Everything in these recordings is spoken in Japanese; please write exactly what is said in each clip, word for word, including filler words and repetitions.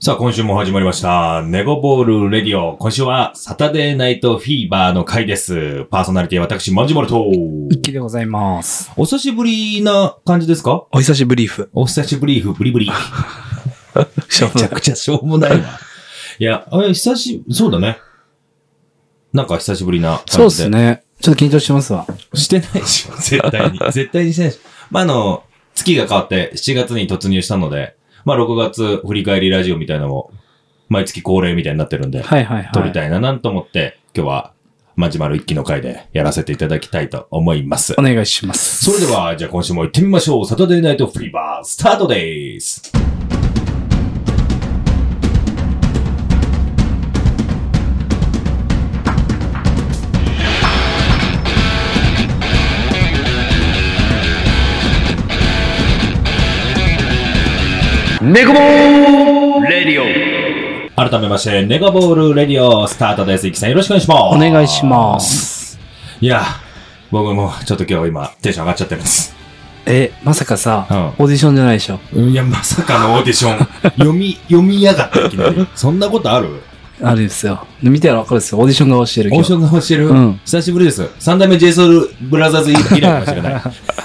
さあ、今週も始まりました。ネゴボールレディオ。今週はサタデーナイトフィーバーの回です。パーソナリティは私、マンジモルと。 一気でございます。 お久しぶりな感じですか？ お久しぶりーふ。 お久しぶりーふ、ブリブリ。めちゃくちゃしょうもないわ。いや、あれ、久し、そうだね。なんか久しぶりな感じで。 そうですね。ちょっと緊張してますわ。 してないでしょ、絶対に。絶対にしてないでしょ。まあ、あの、月が変わってしちがつに突入したので、まあ、ろくがつ振り返りラジオみたいなのも、毎月恒例みたいになってるんで、 はいはいはい。 撮りたいななんと思って、今日は、まじまる一期の回でやらせていただきたいと思います。 お願いします。 それでは、じゃあ今週も行ってみましょう。サタデーナイトフィーバー、スタートです。 ネゴボールレディオ。改めまして、ネガボールレディオスタートです。イキさんよろしくお願いします。 お願いします。 いや、僕もちょっと今日今テンション上がっちゃってるんです。 え、まさかさ、 うん、 オーディションじゃないでしょ。 いや、まさかのオーディション。読み、読みやがったいきなり。そんなことある？ あるんですよ。見たらわかるんですよ。オーディション顔してる。 オーディション顔してる、 うん、 久しぶりです。三代目 ジェイソウルブラザーズ以来かもしれない。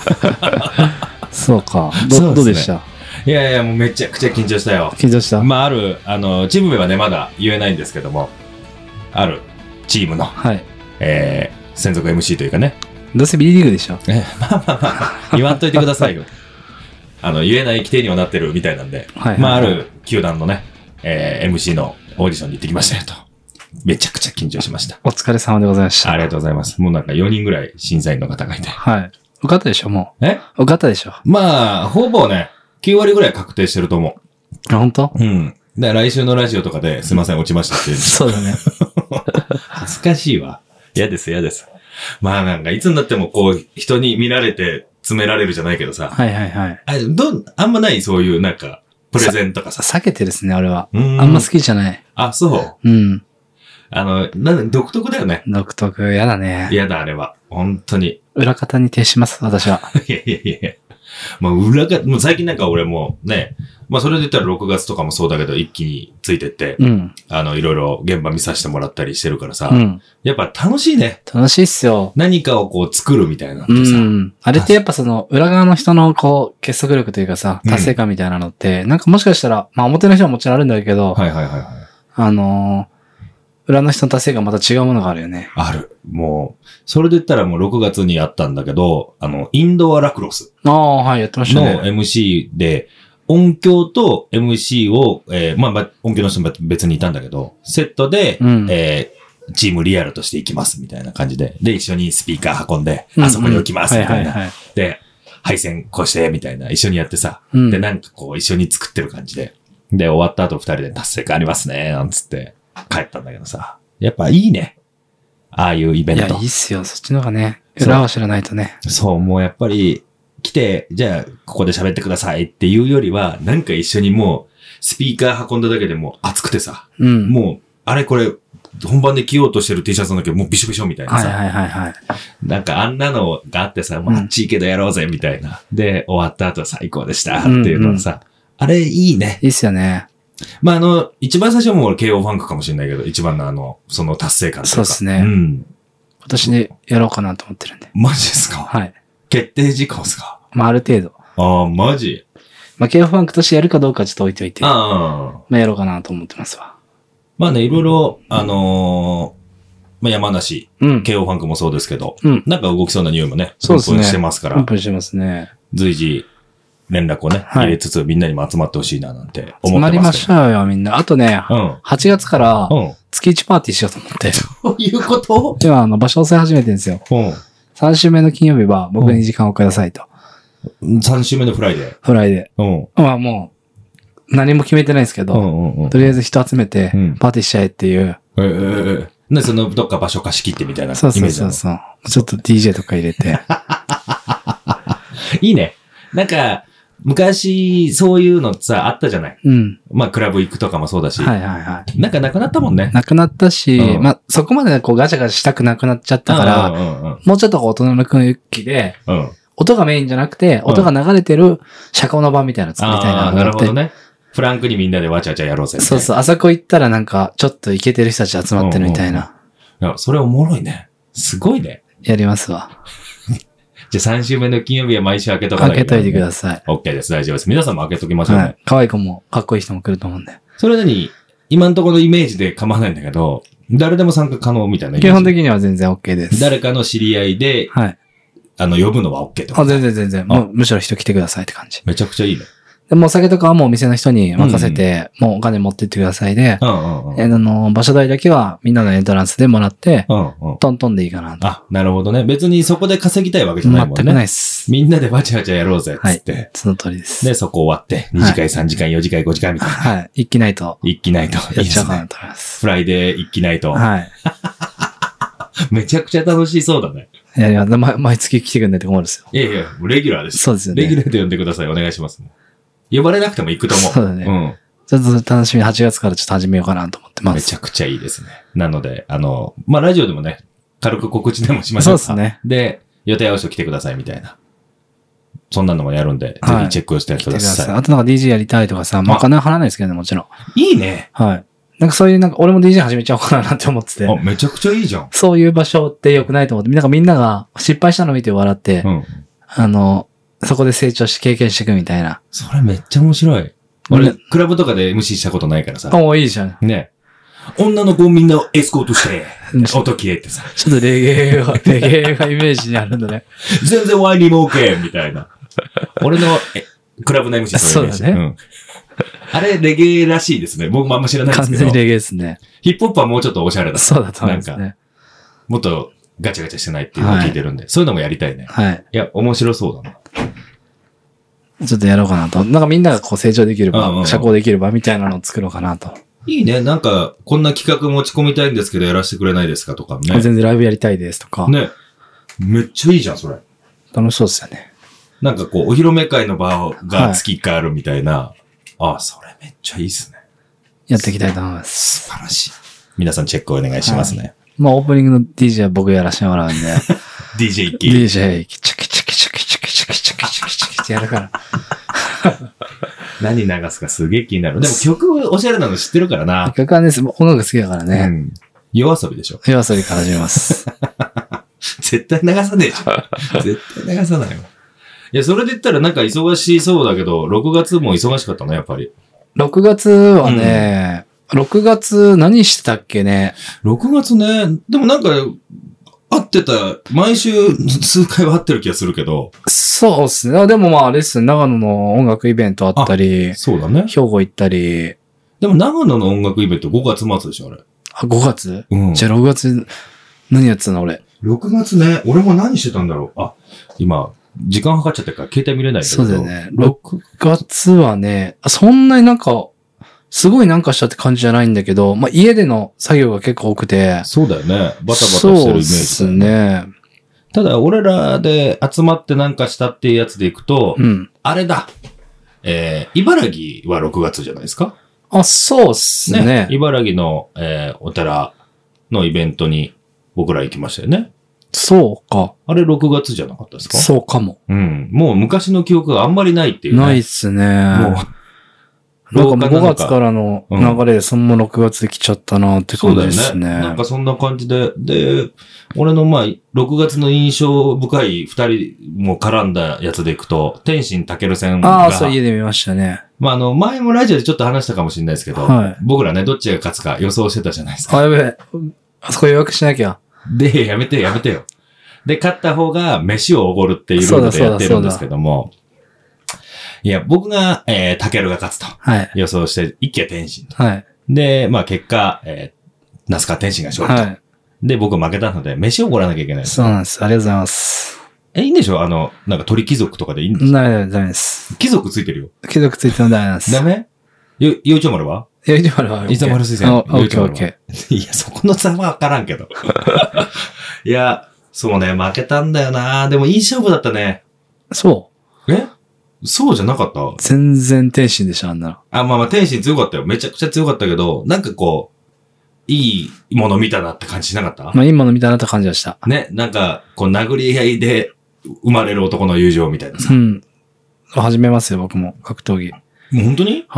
そうか。ど、そうですね、どうでした？ いやいや、もうめちゃくちゃ緊張したよ。 緊張した。 まあ、ある、あの、チーム名はね、まだ言えないんですけども、あるチームの、 はい。 えー、専属 エムシー というかね。 どうせ B リーグでしょ。 え、まあまあまあ、言わんといてくださいよ。あの、言えない規定にはなってるみたいなんで、はいはいはい、まあ、ある球団のね、えー、エムシー のオーディションに行ってきましたよと。めちゃくちゃ緊張しました。 お疲れ様でございました。 ありがとうございます。もうなんかよにんぐらい審査員の方がいて。 はい。受かったでしょ、もう。 え受かったでしょ。 まあ、ほぼね、きゅうわりぐらい確定してると思う。 あ、本当？ うん。だから来週のラジオとかで、すいません、落ちましたっていう。 そうだね。 恥ずかしいわ。嫌です、嫌です。まあなんか、いつになってもこう、人に見られて詰められるじゃないけどさ。 はいはいはい。 あ、どん、あんまないそういうなんか、プレゼンとかさ。 さ避けてですね、俺は。あんま好きじゃない。 あ、そう。 うん。 あの、なん独特だよね。 独特、やだね。 嫌だ、あれは。本当に。 裏方に徹します、私は。 いやいやいや。まあ、裏方、もう最近なんか俺もね、まあそれで言ったらろくがつとかもそうだけど、一気についてって、うん、あの、いろいろ現場見させてもらったりしてるからさ、うん、やっぱ楽しいね。 楽しいっすよ。 何かをこう作るみたいなってさ。 うん。あれってやっぱその、裏側の人のこう、結束力というかさ、達成感みたいなのって、うん、なんかもしかしたら、まあ表の人はもちろんあるんだけど、 はいはいはいはい。 あのー、裏の人の達成感また違うものがあるよね。 ある。もう、それで言ったらもうろくがつにあったんだけど、あの、インドアラクロス。 ああ、はい、やってましたね。 の エムシー で、音響と エムシー を、えー、まあ、音響の人も別にいたんだけど、セットで、うん、えー、チームリアルとしていきますみたいな感じで、で、一緒にスピーカー運んで、うんうん、あそこに置きますみたいな。はいはいはい、で、配線こうしてみたいな、一緒にやってさ、うん、で、なんかこう一緒に作ってる感じで、で、終わった後二人で達成感ありますね、なんつって帰ったんだけどさ。やっぱいいね。ああいうイベント。 いや、いいっすよ。そっちのがね。裏は知らないとね。 そう、そうもうやっぱり、来て、じゃあ、ここで喋ってくださいっていうよりは、なんか一緒にもう、スピーカー運んだだけでもう熱くてさ。うん。もう、あれこれ、本番で着ようとしてる T シャツなんだけど、もうビショビショみたいなさ。 はいはいはいはい。 なんかあんなのがあってさ、もうあっちいけどやろうぜみたいな。うん、で、終わった後は最高でしたっていうのはさ、うんうん、あれいいね。 いいっすよね。 まあ、あの、一番最初はもう俺 ケーオー ファンクかもしれないけど、一番のあの、その達成感というか。 そうですね。うん。今年でやろうかなと思ってるんで。 マジですか？ はい。 決定事項ですか？ まあ、ある程度。 ああ、マジ？ まあ、ケーオー ファンクとしてやるかどうかちょっと置いといて。 ああ。 まあ、やろうかなと思ってますわ。 まあね、いろいろ、あのー、まあ、山梨、うん、ケーオー ファンクもそうですけど、うん、なんか動きそうな匂いもね、 そうですね。 してますから。 オープンしてますね。 随時、連絡をね、はい、入れつつみんなにも集まってほしいななんて思ってます。 集まりましょうよ、みんな。あとね、うん、はちがつから月いちパーティーしようと思って。 どういうこと？ 今、あの、場所を押さえ始めてるんですよ。うん、さん週目の金曜日は僕に時間をくださいと。 うん、さん週目のフライデー。 フライデー。うん、まあもう、何も決めてないですけど、うんうんうん、とりあえず人集めて、パーティーしちゃえっていう。 えー、ね、その、どっか場所貸し切ってみたいなイメージなの？ そうそうそうそう。ちょっと ディージェー とか入れて。 いいね。なんか、昔、そういうのさ、あったじゃない。うん。まあ、クラブ行くとかもそうだし。 はいはいはい。 なんかなくなったもんね。 なくなったし、うん、まあ、そこまでこうガチャガチャしたくなくなっちゃったから、うんうんうん、もうちょっとこう大人の空気で、うん、音がメインじゃなくて、音が流れてる社交の場みたいなの作りたいなと思って。 ああ、なるほどね。 フランクにみんなでわちゃわちゃやろうぜ。 そうそう。あそこ行ったらなんか、ちょっとイケてる人たち集まってるみたいな。 いや、それおもろいね。すごいね。 やりますわ。 じゃあさん週目の金曜日は毎週開けとかないと、 開けといてください。 OK です。大丈夫です。皆さんも開けときましょうね。 はい。可愛い子もかっこいい人も来ると思うんで。 それなに、今のところのイメージで構わないんだけど、誰でも参加可能みたいなイメージ。 基本的には全然 OK です。 誰かの知り合いで、 はい。 あの、呼ぶのは OK ってこと。 あ、全然全然。もう、むしろ人来てくださいって感じ。 めちゃくちゃいいね。 でもお酒とかはもうお店の人に任せて、うんうん、もうお金持ってってくださいで、 うんうんうん、 えあの、場所代だけはみんなのエントランスでもらって、 うんうん、 トントンでいいかなと。 あ、なるほどね。別にそこで稼ぎたいわけじゃないもんね。 全くないっす。 みんなでバチバチやろうぜっつって。はい。 その通りです。 で、そこ終わって、に次会、さん次会、よ次会、ご次会みたいな。 はい。一気ないと。 一気ないと。 やっちゃうかなと思います。 フライデー一気ないと。 はい。 めちゃくちゃ楽しそうだね。 いやいや、毎月来てくんないと困るんですよ。 いやいや、レギュラーです。 そうですよね。 レギュラーで呼んでください。お願いします。呼ばれなくても行くと思う。 そうだね。うん。ちょっと楽しみにはちがつからちょっと始めようかなと思ってます。 めちゃくちゃいいですね。なので、あの、まあ、ラジオでもね、軽く告知でもしましょうか。 そうですね。 で、予定合わせて来てくださいみたいな。そんなのもやるんで、はい、ぜひチェックをしてください。来てください。 あとなんか ディージェー やりたいとかさ、まあ、お金は払わないですけどね、もちろん。 いいね。 はい。なんかそういうなんか、俺も ディージェー 始めちゃおうかななんて思ってて。 あ、めちゃくちゃいいじゃん。 そういう場所って良くないと思って、なんかみんなが失敗したのを見て笑って、うん、あの、そこで成長して経験していくみたいな。 それめっちゃ面白い。俺、クラブとかで エムシー したことないからさ。 あ、いいじゃん。 ね。女の子をみんなエスコートして、音消えてさ。 ちょっとレゲエが、レゲエがイメージにあるんだね。 全然ワインにも OK! みたいな。俺のえクラブの エムシー そういうイメージ。そうだね。うん。あれ、レゲエらしいですね。僕もあんま知らないですけど。 完全にレゲエですね。 ヒップホップはもうちょっとおしゃれだ。 そうだと思いますね。 なんか、もっとガチャガチャしてないっていうのを聞いてるんで、はい、そういうのもやりたいね。 はい。 いや、面白そうだな。 ちょっとやろうかなと。なんかみんながこう成長できる場、社交できる場みたいなのを作ろうかなと。 いいね。なんか、こんな企画持ち込みたいんですけど、やらせてくれないですかとかね。 全然ライブやりたいですとか。 ね。めっちゃいいじゃん、それ。 楽しそうですよね。 なんかこう、お披露目会の場が月いっかいあるみたいな。はい、ああ、それめっちゃいいっすね。 やっていきたいと思います。 素晴らしい。皆さんチェックお願いしますね。はい、 まあ、オープニングの ディージェー は僕やらせてもらうんで。 ディージェー 一気。 ディージェー 一気。チャキチャキチャキチャキチャキチャキチャキチャキってやるから。 何流すかすげえ気になる。でも曲おしゃれなの知ってるからな。 曲はね、音楽好きだからね。うん。 夜遊びでしょ。 夜遊びから始めます。 絶対流さねえじゃん。絶対流さないわ。いや、それで言ったらなんか忙しそうだけど、ろくがつも忙しかったね、やっぱり。 ろくがつはね、うん、ろくがつ何してたっけね。 ろくがつね、でもなんか、会ってた、毎週数回は会ってる気がするけど。 そうっすね。でもまああれっすね、長野の音楽イベントあったり。 そうだね。 兵庫行ったり。 でも長野の音楽イベントごがつ末でしょ、あれ。 あ、ごがつ？ うん。 じゃあろくがつ、何やってたの俺。 ろくがつね、俺も何してたんだろう。あ、今、時間計っちゃったから携帯見れないけど。 そうだよね。ろくがつはね、そんなになんか、すごいなんかしたって感じじゃないんだけど、まあ、家での作業が結構多くて。 そうだよね。バタバタしてるイメージ、ね。そうですね。 ただ、俺らで集まってなんかしたっていうやつでいくと、うん、あれだ。えー、茨城はろくがつじゃないですか？ あ、そうっすね。ね、 茨城の、えー、お寺のイベントに僕ら行きましたよね。 そうか。 あれろくがつじゃなかったですか？ そうかも。 うん。もう昔の記憶があんまりないっていうね。 ないっすね。もうなんかごがつからの流れでそのままろくがつで来ちゃったなって感じですね。 そうだよね。なんかそんな感じで、で、俺のまあ、ろくがつの印象深い二人も絡んだやつでいくと、天心たける戦が。 ああ、そう家で見ましたね。 まあ、あの、前もラジオでちょっと話したかもしれないですけど、はい、僕らね、どっちが勝つか予想してたじゃないですか。 あ、やべえ。あそこ予約しなきゃ。 で、やめてやめてよ。で、勝った方が飯をおごるっていうルールでやってるんですけども、いや、僕が、えー、タケルが勝つと。はい。予想して、一気は天心と。はい。で、まあ結果、えー、ナスカ天心が勝利と。はい。で、僕負けたので、飯をおごらなきゃいけない。 そうなんです。ありがとうございます。 え、いいんでしょあの、なんか鳥貴族とかでいいんですか？ ダメダメです。 貴族ついてるよ。 貴族ついてもダメなんです。 ダメよ、よいちょ丸はよいちょ丸は。 いざ丸推薦。 オッケーオッケー。いや、そこの差はわからんけど。いや、そうね、負けたんだよな。でもいい勝負だったね。 そうえそうじゃなかった？ 全然天心でしょ、あんなの。 あ、まあまあ天心強かったよ。めちゃくちゃ強かったけど、なんかこう、いいもの見たなって感じしなかった？ まあいいもの見たなって感じはした。 ね、なんか、こう殴り合いで生まれる男の友情みたいなさ。 うん。始めますよ、僕も、格闘技。 もう本当に？ はい。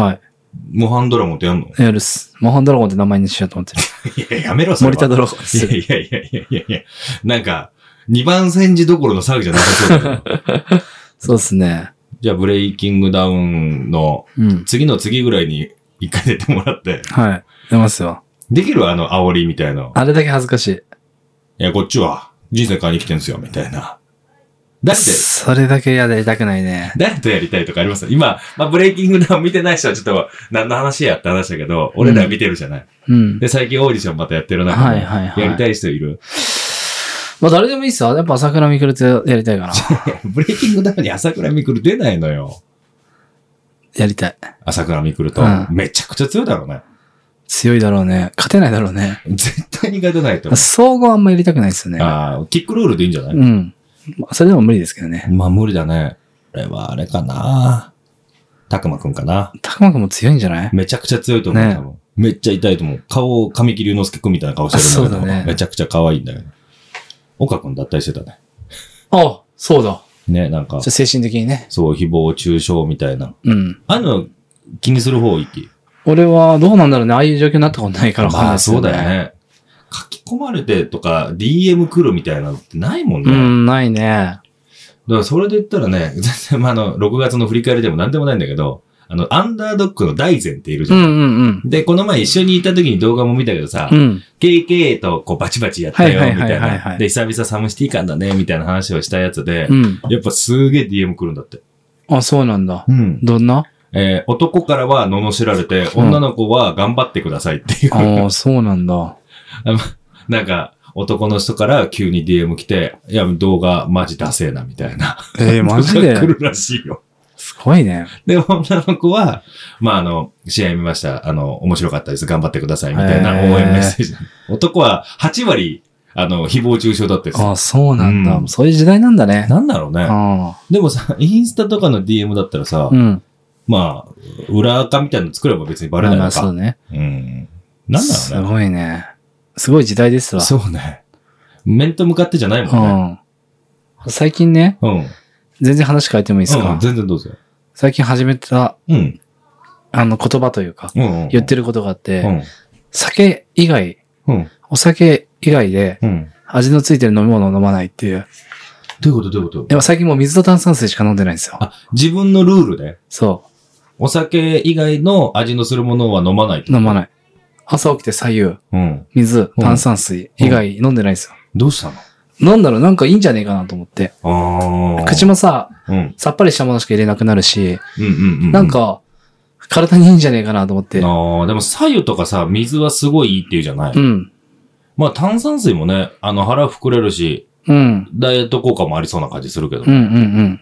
モハンドラゴンってやんの？ やるっす。モハンドラゴンって名前にしようと思ってる。 いや、やめろ、それは。 森田ドラゴンです。 いやいやいやいやいやいや。なんか、二番煎じどころの騒ぎじゃなさそうだけど。 そうっすね。 じゃあ、ブレイキングダウンの、次の次ぐらいに一回出てもらって。 うん、はい。出ますよ。 できるあの、煽りみたいな。 あれだけ恥ずかしい。いや、こっちは人生買いに来てんすよ、みたいな。だって。 それだけやりたくないね。 誰とやりたいとかあります今、まあ、ブレイキングダウン見てない人はちょっと、何の話やって話だけど、俺ら見てるじゃない。うん。で、最近オーディションまたやってる中で、やりたい人いる。 まあ、誰でもいいっすよ。やっぱ朝倉未来とやりたいかな。 ブレイキングダウンに朝倉未来出ないのよ。 やりたい。 朝倉未来と、うん、めちゃくちゃ強いだろうね。 強いだろうね。勝てないだろうね。 絶対に勝てないと思う。 総合あんまやりたくないっすよね。 ああ、キックロールでいいんじゃない？ うん。まあ、それでも無理ですけどね。 まあ無理だね。あれはあれかな。たくまくんかな。 たくまくんも強いんじゃない？ めちゃくちゃ強いと思う。ね、多分めっちゃ痛いと思う。顔、神木隆之介くんみたいな顔してるんだけど、ね、めちゃくちゃ可愛いんだよね。岡くんだったりしてたね。 あ、そうだ。 ね、なんか。 精神的にね。 そう、誹謗中傷みたいな。 うん。 あの、気にする方いき。 俺はどうなんだろうね。ああいう状況になったことないから。 まあそうだよね。書き込まれてとか ディーエム 来るみたいなのってないもんね。 うん、ないね。だからそれで言ったらね、全然まああの、ろくがつの振り返りでもなんでもないんだけど、あの、アンダードックの大前っているじゃん。 うんうんうん。 で、この前一緒にいた時に動画も見たけどさ、うん、ケーケー とこうバチバチやったよ、みたいな。で、久々サムシティ感だね、みたいな話をしたやつで、うん、やっぱすげえ ディーエム 来るんだって。 あ、そうなんだ。 うん。 どんな？ えー、男からは罵られて、女の子は頑張ってくださいっていう。 うん、ああ、そうなんだ。 なんか、男の人から急に ディーエム 来て、いや、動画マジダセーな、みたいな。 えー、マジで来るらしいよ。 すごいね。 で、女の子は、まあ、あの、試合見ました。あの、面白かったです。頑張ってください。みたいな応援メッセージ。男ははちわり、あの、誹謗中傷だったです。 ああ、そうなんだ、うん。そういう時代なんだね。 なんだろうね。でもさ、インスタとかの ディーエム だったらさ、うん、まあ、裏垢みたいなの作れば別にバレないのか。まあ、そうね。うん。なんだろうね。 すごいね。すごい時代ですわ。 そうね。面と向かってじゃないもんね。 うん、最近ね。うん。全然話変えてもいいですか？ うん、全然どうぞ。 最近始めた、うん。あの、言葉というか、うんうんうん、言ってることがあって、うん、酒以外、うん、お酒以外で、うん、味のついてる飲み物を飲まないっていう。 どういうことどういうこと？ でも最近もう水と炭酸水しか飲んでないんですよ。 あ、自分のルールで？ そう。 お酒以外の味のするものは飲まないってこと？ 飲まない。朝起きて左右、うん、水、炭酸水以外飲んでないんですよ。 うん、どうしたの？ なんだろう、なんかいいんじゃねえかなと思って。あ口もさ、うん、さっぱりしたものしか入れなくなるし、うんうんうんうん、なんか、体にいいんじゃねえかなと思って。 ああ、でも左右とかさ、水はすごいいいって言うじゃない？うん。まあ炭酸水もね、あの腹膨れるし、うん。ダイエット効果もありそうな感じするけど。うんうんうん。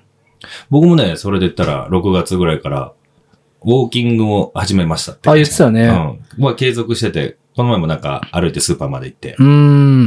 僕もね、それで言ったらろくがつぐらいから、ウォーキングを始めましたって。 あ、言ってたよね。 うん。まあ継続してて、この前もなんか歩いてスーパーまで行って。うん。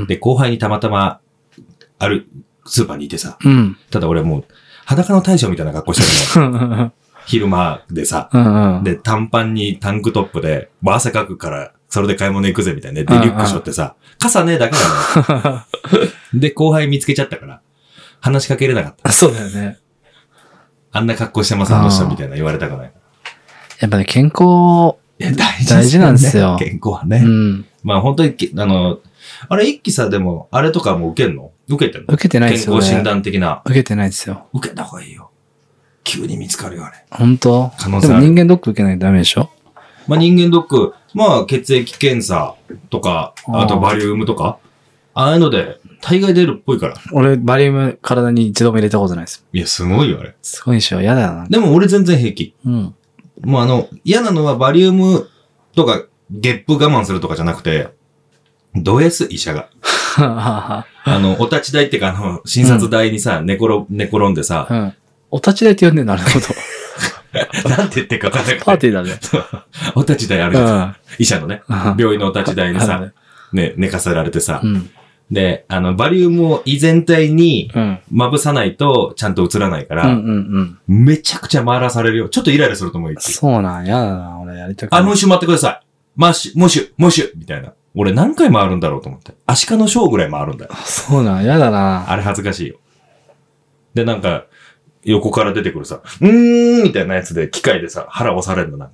で、後輩にたまたま、ある、スーパーにいてさ。うん。ただ俺もう、裸の大将みたいな格好してるの。昼間でさ。うんうん。で、短パンにタンクトップで、もう汗かくから、それで買い物行くぜみたいなね。で、リュック背負ってさ、傘ねえだけなの。で、後輩見つけちゃったから、話しかけれなかった。 そうだよね。 あんな格好してます、あの人みたいな言われたくない。 やっぱり健康、大事なんですよ。 健康はね。うん。まあ本当に、あの、あれ一期さ、でも、あれとかも受けんの？受けてんの？ 受けてないですよ、ね。 健康診断的な。 受けてないですよ。 受けた方がいいよ。急に見つかるよ、あれ。 本当？可能性ある。でも人間ドック受けないとダメでしょ？ まあ人間ドック、まあ血液検査とか、あとバリウムとか、ああいうので、大概出るっぽいから。 俺、バリウム体に一度も入れたことないです。 いや、すごいよ、あれ。 すごいでしょ。嫌だな。 でも俺全然平気。うん。もうあの、嫌なのはバリウムとか、ゲップ我慢するとかじゃなくて、ド S 医者が。あの、お立ち台ってか、あの、診察台にさ、うん、寝転、寝転んでさ、うん。 お立ち台って呼んでんの、なるほど。なんて言ってるか分かんない。 パーティーだね。 お立ち台あるじゃん。医者のね。病院のお立ち台にさ、ね、寝かせられてさ、うん、で、あの、バリウムを胃全体にまぶさないとちゃんと映らないから、うんうんうん、めちゃくちゃ回らされるよ。ちょっとイライラすると思うよ。 そうなん、やだな、俺やりたくない。 あ、もう一周回ってください。マッシュ、モシュ、モシュみたいな。俺何回回るんだろうと思って。アシカのショーぐらい回るんだよ。 そうなん、やだな。 あれ恥ずかしいよ。で、なんか、横から出てくるさ、うーんみたいなやつで機械でさ、腹押されるのなんか。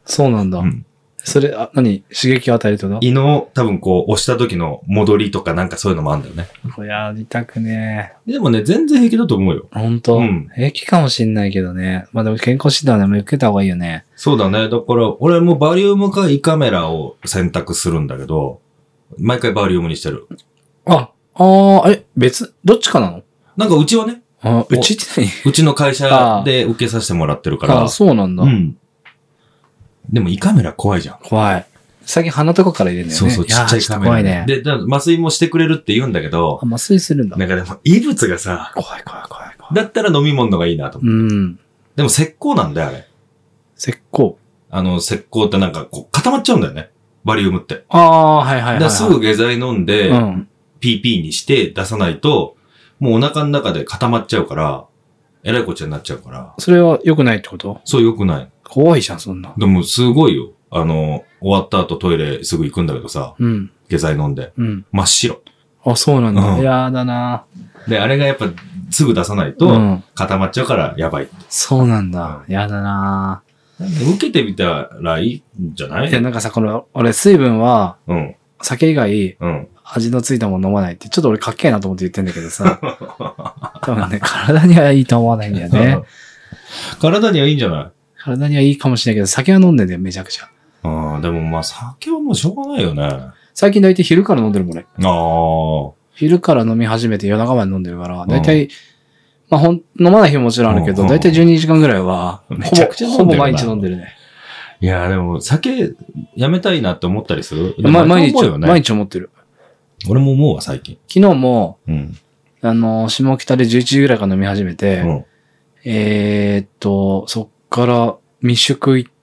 そうなんだ。うん、それ、あ、何刺激を与えるってこと？ 胃の多分こう押した時の戻りとかなんかそういうのもあるんだよね。 これやりたくねえ。でもね、全然平気だと思うよ。 本当？うん。平気かもしんないけどね。まあでも健康診断でも受けた方がいいよね。 そうだね。だから、俺もバリウムか胃カメラを選択するんだけど、毎回バリウムにしてる。 あ、ああ、え、別、どっちかなの？ なんかうちはね。 あ、うちって何？ うちの会社で受けさせてもらってるから。 ああ、そうなんだ。うん。 でも胃カメラ怖いじゃん。 怖い。最近鼻とかから入れるんだよね。 そうそう、ちっちゃいカメラ。怖いね。で、麻酔もしてくれるって言うんだけど。 あ、麻酔するんだ。 なんかでも、異物がさ。 怖い怖い怖い怖い。だったら飲み物のがいいなと思って。うん。でも石膏なんだよ、あれ。 石膏？ あの、石膏ってなんかこう固まっちゃうんだよね。バリウムって。 ああ、はいはいはい、はい。 だすぐ下剤飲んで、うん、ピーピー にして出さないと、もうお腹の中で固まっちゃうから、えらいこっちゃになっちゃうから。 それは良くないってこと？ そう、良くない。 怖いじゃん、そんな。 でも、すごいよ。あの、終わった後トイレすぐ行くんだけどさ、うん、下剤飲んで、うん、真っ白。 あ、そうなんだ。うん、やだな。 で、あれがやっぱすぐ出さないと固まっちゃうからやばい。うん、 そうなんだ。うん、やだな。 受けてみたらいいんじゃない？ いや、なんかさ、この、俺水分は、うん、酒以外、うん、味のついたもの飲まないって、ちょっと俺かっけえなと思って言ってんだけどさ、多分ね、体にはいいと思わないんだよね。 体にはいいんじゃない？ 体にはいいかもしれないけど、酒は飲んでんだよ、めちゃくちゃ。 ああ、でもまあ酒はもうしょうがないよね。 最近大体昼から飲んでるもんね。ああ。昼から飲み始めて夜中まで飲んでるから、大体、うん、まあほん、飲まない日ももちろんあるけど、大体じゅうにじかんぐらいは、めちゃくちゃほぼ毎日飲んでるね。 いや、でも酒やめたいなって思ったりする？ ま、毎日、ね、毎日思ってる。 俺も思うわ、最近。 昨日も、うん、あの、下北でじゅういちじぐらいから飲み始めて、うん、えー、っと、そっから密宿行って、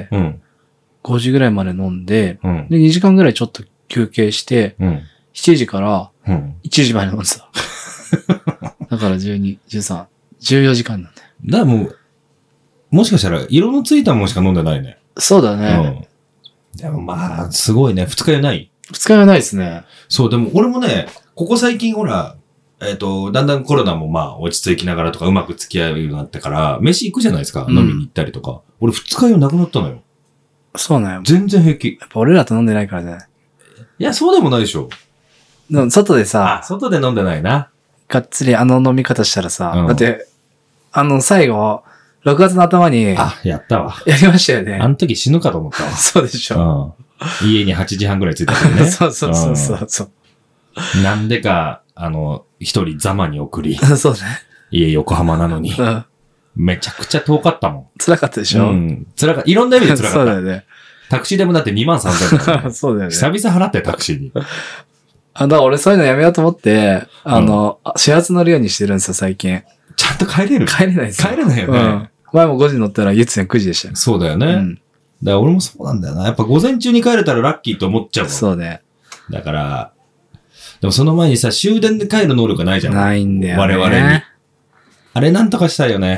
うん、ごじぐらいまで飲んで、うん、で、にじかんぐらいちょっと休憩して、うん、しちじからいちじまで飲んでた。だからじゅうに、じゅうさん、じゅうよじかんなんだよ。 だからもう、もしかしたら色のついたものしか飲んでないね。 そうだね。 うん、でもまあ、すごいね。二日酔いない？ 二日酔いないですね。 そう、でも俺もね、ここ最近ほら、えっと、だんだんコロナもまあ落ち着きながらとかうまく付き合えるようになってから、飯行くじゃないですか。うん、飲みに行ったりとか。俺二日酔いなくなったのよ。 そうなんよ。 全然平気。 やっぱ俺らと飲んでないからね。 いや、そうでもないでしょ。 外でさ。 あ、外で飲んでないな。 がっつりあの飲み方したらさ、うん、だって、あの最後、ろくがつの頭に。 あ、やったわ。 やりましたよね。 あの時死ぬかと思ったわ。 そうでしょ。 うん、家にはちじはんぐらい着いたけどね。 そうそうそうそうそう、 うん。なんでか、あの、一人ざまに送り。 そうね。 家横浜なのに。うん、めちゃくちゃ遠かったもん。 辛かったでしょ。うん。 辛かった。いろんな意味で辛かった。 そうだよね。 タクシーでもだってにまんさんぜんえん、ね。 そうだよね。 久々払ってタクシーに。 あ、だから俺そういうのやめようと思って、あの、うん、始発乗るようにしてるんですよ、最近。 ちゃんと帰れる？ 帰れないですよ。 帰れないよね。うん。 前もごじ乗ったら、ゆつやんくじでしたよ。 そうだよね。うん。だから俺もそうなんだよな。やっぱ午前中に帰れたらラッキーと思っちゃうもん。 そうね。 だから、でもその前にさ、終電で帰る能力がないじゃん。 ないんだよね。 我々に。あれなんとかしたいよね。 うん。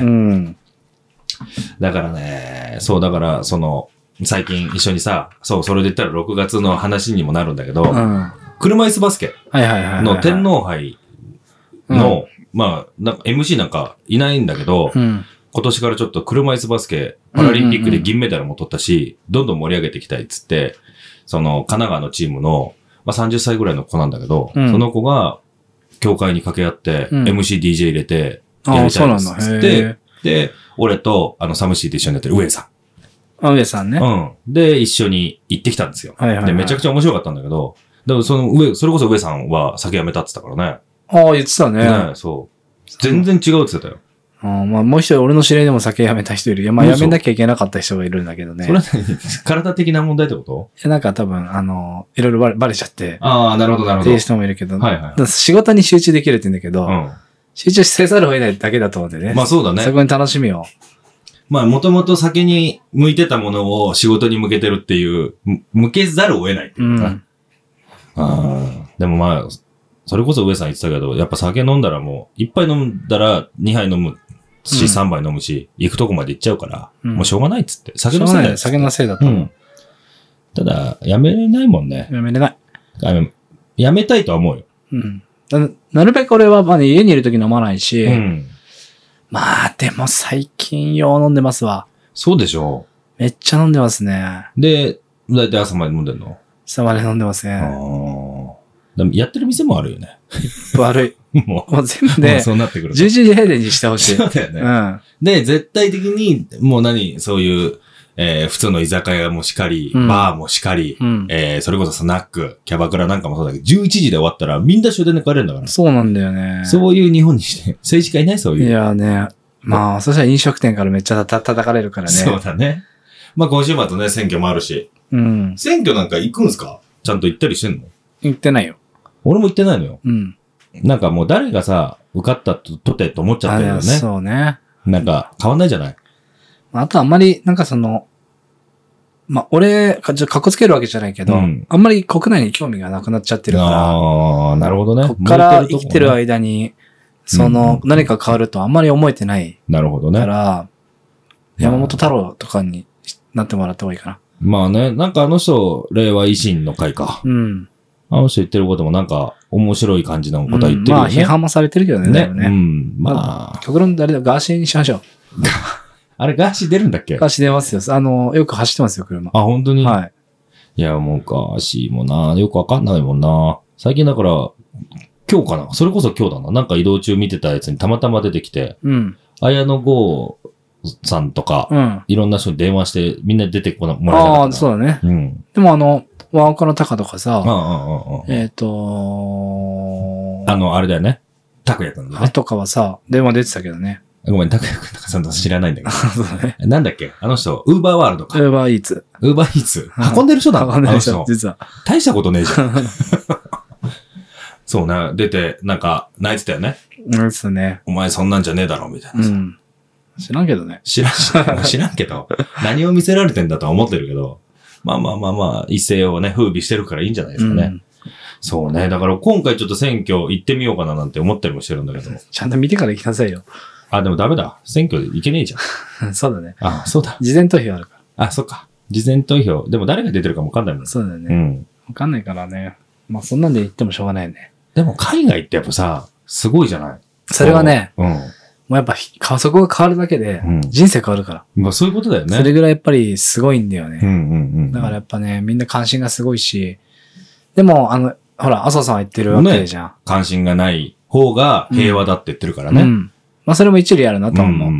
だからね、そうだから、その、最近一緒にさ、そう、それで言ったらろくがつの話にもなるんだけど、うん、車椅子バスケの天皇杯の、まあ、なんか エムシー なんかいないんだけど、うん、今年からちょっと車椅子バスケ、パラリンピックで銀メダルも取ったし、どんどん盛り上げていきたいっつって、その、神奈川のチームの、まあさんじゅっさいぐらいの子なんだけど、うん、その子が、協会に掛け合って、うん、エムシー、ディージェー 入れて、やりたいっつって、で、俺と、あの、サムシーで一緒にやってる上さん。 あ、上さんね。 うん。で、一緒に行ってきたんですよ。はいはいはい。で、めちゃくちゃ面白かったんだけど、でもその上、それこそ上さんは酒やめたって言ったからね。 ああ、言ってたね。 ね、そう。全然違うって言ってたよ。 ああ、まあもう一人俺の知り合いでも酒やめた人いる。いや、まあやめなきゃいけなかった人がいるんだけどね。 それは体的な問題ってこと？ いや、なんか多分、あの、いろいろバレ、バレちゃって。 ああ、なるほどなるほど。 っていう人もいるけど。 はいはい。 仕事に集中できるって言うんだけど、うん、集中せざるを得ないだけだと思ってね。 まあそうだね。 そこに楽しみを。 まあ、もともと酒に向いてたものを仕事に向けてるっていう、向けざるを得ないっていうか。うん、あでもまあ、それこそ上さん言ってたけど、やっぱ酒飲んだらもう、一杯飲んだら二杯飲むし、三、うん、杯飲むし、行くとこまで行っちゃうから、うん、もうしょうがないっつって。酒のせいだよ。 酒のせいだと思う。うん、 ただ、やめれないもんね。 やめれない。 やめたいとは思うよ。 うん。な, なるべく俺は、まあ、ね、家にいるとき飲まないし、うん、まあ、でも最近よう飲んでますわ。 そうでしょめっちゃ飲んでますね。 で、だいたい朝まで飲んでんの？ 朝まで飲んでますね。 あでもやってる店もあるよね。 悪い。もう、もう全部で、 そうなってくる。 じゅういちじ閉店にしてほしい。 そうだよね。 うん。 で、絶対的に、もう何、そういう、えー、普通の居酒屋もしかり、うん、バーもしかり、うん、えー、それこそスナック、キャバクラなんかもそうだけど、じゅういちじで終わったらみんな終電で帰れるんだから。 そうなんだよね。 そういう日本にして、政治家いないそういう。 いやね。まあ、そしたら飲食店からめっちゃた叩かれるからね。 そうだね。まあ今週末ね、選挙もあるし。 うん。 選挙なんか行くんすか？ちゃんと行ったりしてんの？ 行ってないよ。 俺も行ってないのよ。 うん。 なんかもう誰がさ、受かったと、とてと思っちゃってるよね。 そうね。 なんか変わんないじゃない。 あとあんまり、なんかその、まあ、俺、かっこつけるわけじゃないけど、うん、あんまり国内に興味がなくなっちゃってるから。 ああ、なるほどね。 こっから生きてる間に、その、何か変わるとあんまり思えてない。 なるほどね。 から、山本太郎とかになってもらった方がいいかな。 まあね、なんかあの人、令和維新の会か。 うん。 あの人言ってることもなんか面白い感じのことは言ってるよね。うん、 まあ批判もされてるけどね。 ね。ねうん。まあ。 極論誰だ、ガーシーにしましょう。 あれ、ガーシー出るんだっけ？ ガーシー出ますよ。あの、よく走ってますよ、車。 あ、本当に？ はい。 いや、もうガーシーもな、よくわかんないもんな。最近だから、今日かな？それこそ今日だな。なんか移動中見てたやつにたまたま出てきて、 うん。 綾野剛さんとか、 うん。 いろんな人に電話して、みんな出てこな、もらえなかった。 ああ、そうだね。 うん。 でもあの、ワーカーのタカとかさ、 ああ、ああ、 えっと、 あの、あれだよね。タクヤくんだね。 とかはさ、電話出てたけどね。 ごめん、タクヤくんとかさんと知らないんだけど。 そうだね。 なんだっけあの人、ウーバーワールドか。 ウーバーイーツ。 ウーバーイーツ。運んでる人だ運んでる人、実は。 大したことねえじゃん。そうね。出て、なんか、泣いてたよね。 泣いてたね。 お前そんなんじゃねえだろ、みたいなさ。うん。 知らんけどね。 知らん、知らんけど。何を見せられてんだとは思ってるけど。まあまあまあまあ、一世をね、風靡してるからいいんじゃないですかね。うん、そうね。だから今回ちょっと選挙行ってみようかななんて思ったりもしてるんだけど。 ちゃんと見てから行きなさいよ。 あ、でもダメだ。選挙で行けねえじゃん。そうだね。 あ、そうだ。 事前投票あるから。 あ、そっか。事前投票。でも誰が出てるかもわかんないもん。 そうだよね。 うん。 わかんないからね。まあそんなんで言ってもしょうがないよね。 でも海外ってやっぱさ、すごいじゃない？ それはね。 うん。 もうやっぱ、そこが変わるだけで、人生変わるから。 うん、まあそういうことだよね。 それぐらいやっぱりすごいんだよね。 うんうんうん、 だからやっぱね、みんな関心がすごいし、でも、あの、ほら、麻生さんは言ってるわけじゃん、ね。 関心がない方が平和だって言ってるからね。 うん。うん、まあそれも一理あるなと思う。うんうんうん。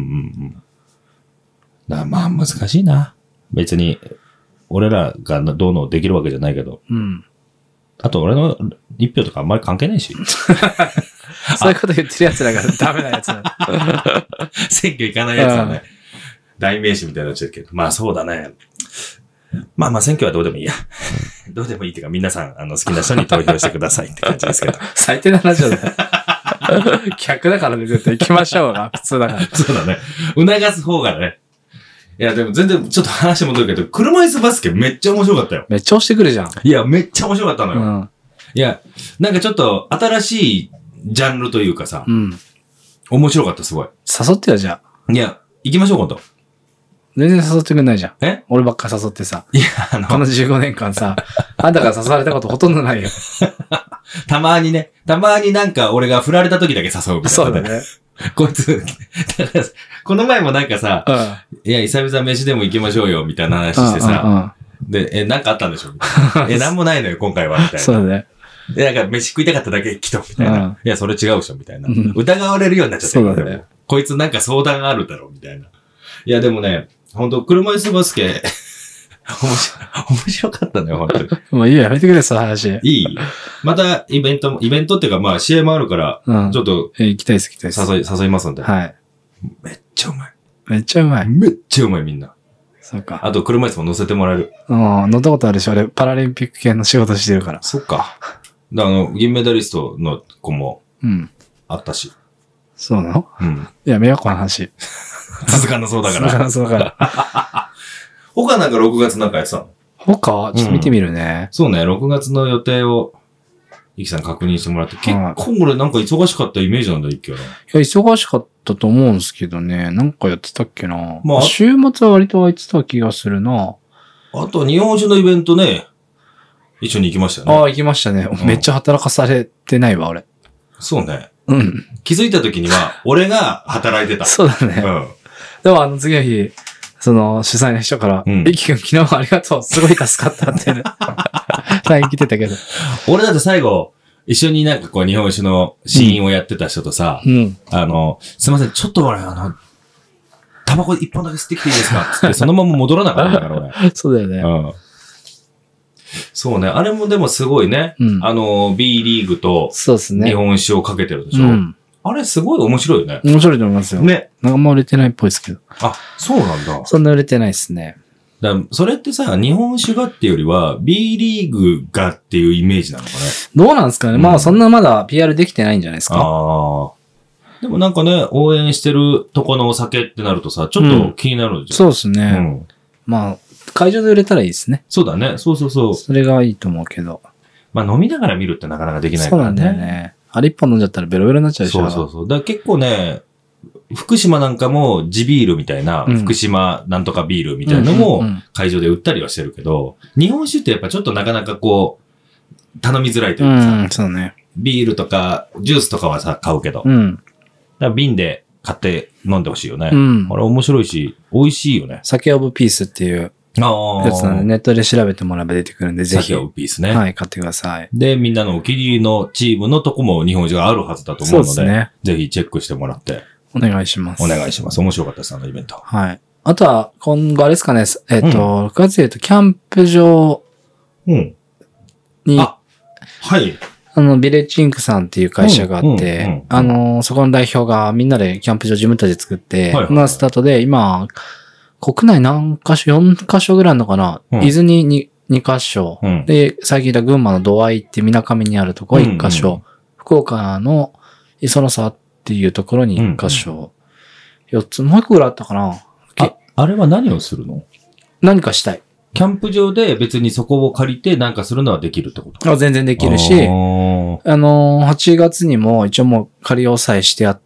だからまあ難しいな。別に、俺らがどうのできるわけじゃないけど。 うん。 あと俺の一票とかあんまり関係ないし。 そういうこと言ってるやつだからダメなやつだ。 選挙行かないやつはね、代名詞みたいになっちゃうけど。まあそうだね。まあまあ選挙はどうでもいいや。どうでもいいっていうか皆さんあの好きな人に投票してくださいって感じですけど。 最低な話だね。客だからね、絶対行きましょうが、普通だから。 そうだね。促す方がね。いやでも全然ちょっと話戻るけど、車椅子バスケめっちゃ面白かったよ。 めっちゃ押してくるじゃん。 いや、めっちゃ面白かったのよ。 うん、 いや、なんかちょっと新しいジャンルというかさ、 うん、 面白かったすごい。 誘ってよ、じゃあ。いや、行きましょう今度。 全然誘ってくんないじゃん。 え俺ばっか誘ってさ。 いや、あの。 このじゅうごねんかんさ、あんたから誘われたことほとんどないよ。 たまにね、たまになんか俺が振られた時だけ誘うみたいな。 そうだね。 こいつ、だから、この前もなんかさ、 うん、 いや、久々飯でも行きましょうよ、みたいな話してさ、 うんうんうん、 で、え、なんかあったんでしょみたいな。え、なんもないのよ、今回は、みたいな。 そうだね。 で、なんか飯食いたかっただけ来た、みたいな。うん、いや、それ違うでしょ、みたいな、うん。疑われるようになっちゃった。 そうだね。 こいつなんか相談があるだろう、みたいな。いや、でもね、ほんと、車椅子バスケ、面白、面白かったのよ、本当に。 もういいよ、やめてくれ、その話。 いいまた、イベントも、イベントっていうか、まあ、試合もあるから、うん、ちょっと、 え、行きたいです、行きたいです。 誘い、誘いますんで。 はい。 めっちゃうまい。 めっちゃうまい。 めっちゃうまい、みんな。 そうか。 あと、車椅子も乗せてもらえる。 うん、乗ったことあるし、俺、パラリンピック系の仕事してるから。 そっか。あの、銀メダリストの子も、うん。あったし。 そうなの？ うん。 やめよう、この話。 続かなそうだから。 続かなそうだから。 他なんかろくがつなんかやってたの？ 他ちょっと見てみるね、 うん。そうね、ろくがつの予定を、イキさん確認してもらって、結構俺なんか忙しかったイメージなんだ、イキは。いや、忙しかったと思うんですけどね。なんかやってたっけな。 まあ、 週末は割と空いてた気がするな。 あと、日本酒のイベントね、一緒に行きましたよね。 ああ、行きましたね。うん、めっちゃ働かされてないわ、俺。 そうね。 うん。 気づいた時には、俺が働いてた。 そうだね。 うん。 でもあの次の日、 その主催の人から、うん、イキ君昨日はありがとう、すごい助かったってね。ライン来てたけど。 俺だって最後、一緒になんかこう日本酒の試飲をやってた人とさ、うん、あの、すいません、ちょっと俺、あの、タバコ一本だけ吸ってきていいですかつって、そのまま戻らなかったから俺。 そうだよね。うん。 そうね。あれもでもすごいね。うん、あの、B リーグと、そうですね。日本酒をかけてるでしょ。うん、あれすごい面白いよね。 面白いと思いますよ。ね。なんかあんま売れてないっぽいですけど。 あ、そうなんだ。 そんな売れてないですね。 だそれってさ、日本酒がっていうよりは、B リーグがっていうイメージなのかね。 どうなんですかね、うん、まあそんなまだ ピーアール できてないんじゃないですか。ああ。 でもなんかね、応援してるとこのお酒ってなるとさ、ちょっと気になるじゃん。うん、 そうですね。うん、まあ、会場で売れたらいいですね。 そうだね。そうそうそう。 それがいいと思うけど。 まあ飲みながら見るってなかなかできないからね。 そうなんだよね。あれ一本飲んじゃったらベロベロになっちゃうでしょ。 そうそうそう。だから結構ね、福島なんかも地ビールみたいな、うん、福島なんとかビールみたいなのも会場で売ったりはしてるけど、日本酒ってやっぱちょっとなかなかこう、頼みづらいというかさ、うん、そうね。ビールとかジュースとかはさ、買うけど、うん、だから瓶で買って飲んでほしいよね。うん、あれ面白いし、美味しいよね。 酒オブピースっていうやつなんで、ネットで調べてもらえば出てくるんで、ぜひ。 酒オブピースね。 はい、買ってください。 で、みんなのお気に入りのチームのとこも日本酒があるはずだと思うので、そうですね、ぜひチェックしてもらって。 お願いします。 お願いします。面白かったです、あのイベント。 はい。あとは、今後あれですかね、えっ、ー、と、うん、ろくがつで言うと、キャンプ場に、うん、あ、 はい。 あの、ビレッジインクさんっていう会社があって、うんうんうん、あの、そこの代表がみんなでキャンプ場自分たちで作って、はいはいはい、まあ、スタートで、今、国内何カ所、よんカ所ぐらいあるのかな、うん、伊豆に 2, 2カ所、うん、で、最近言った群馬の土合って水上にあるところいっカ所、うんうん、福岡の磯野沢っていうところにいっカ所、うんうん、よっつ、もういっこぐらいあったかな。 あ、あれは何をするの？ 何かしたい。 キャンプ場で別にそこを借りて何かするのはできるってこと？ あ、全然できるし、あ, あの、はちがつにも一応もう借り押さえしてあって、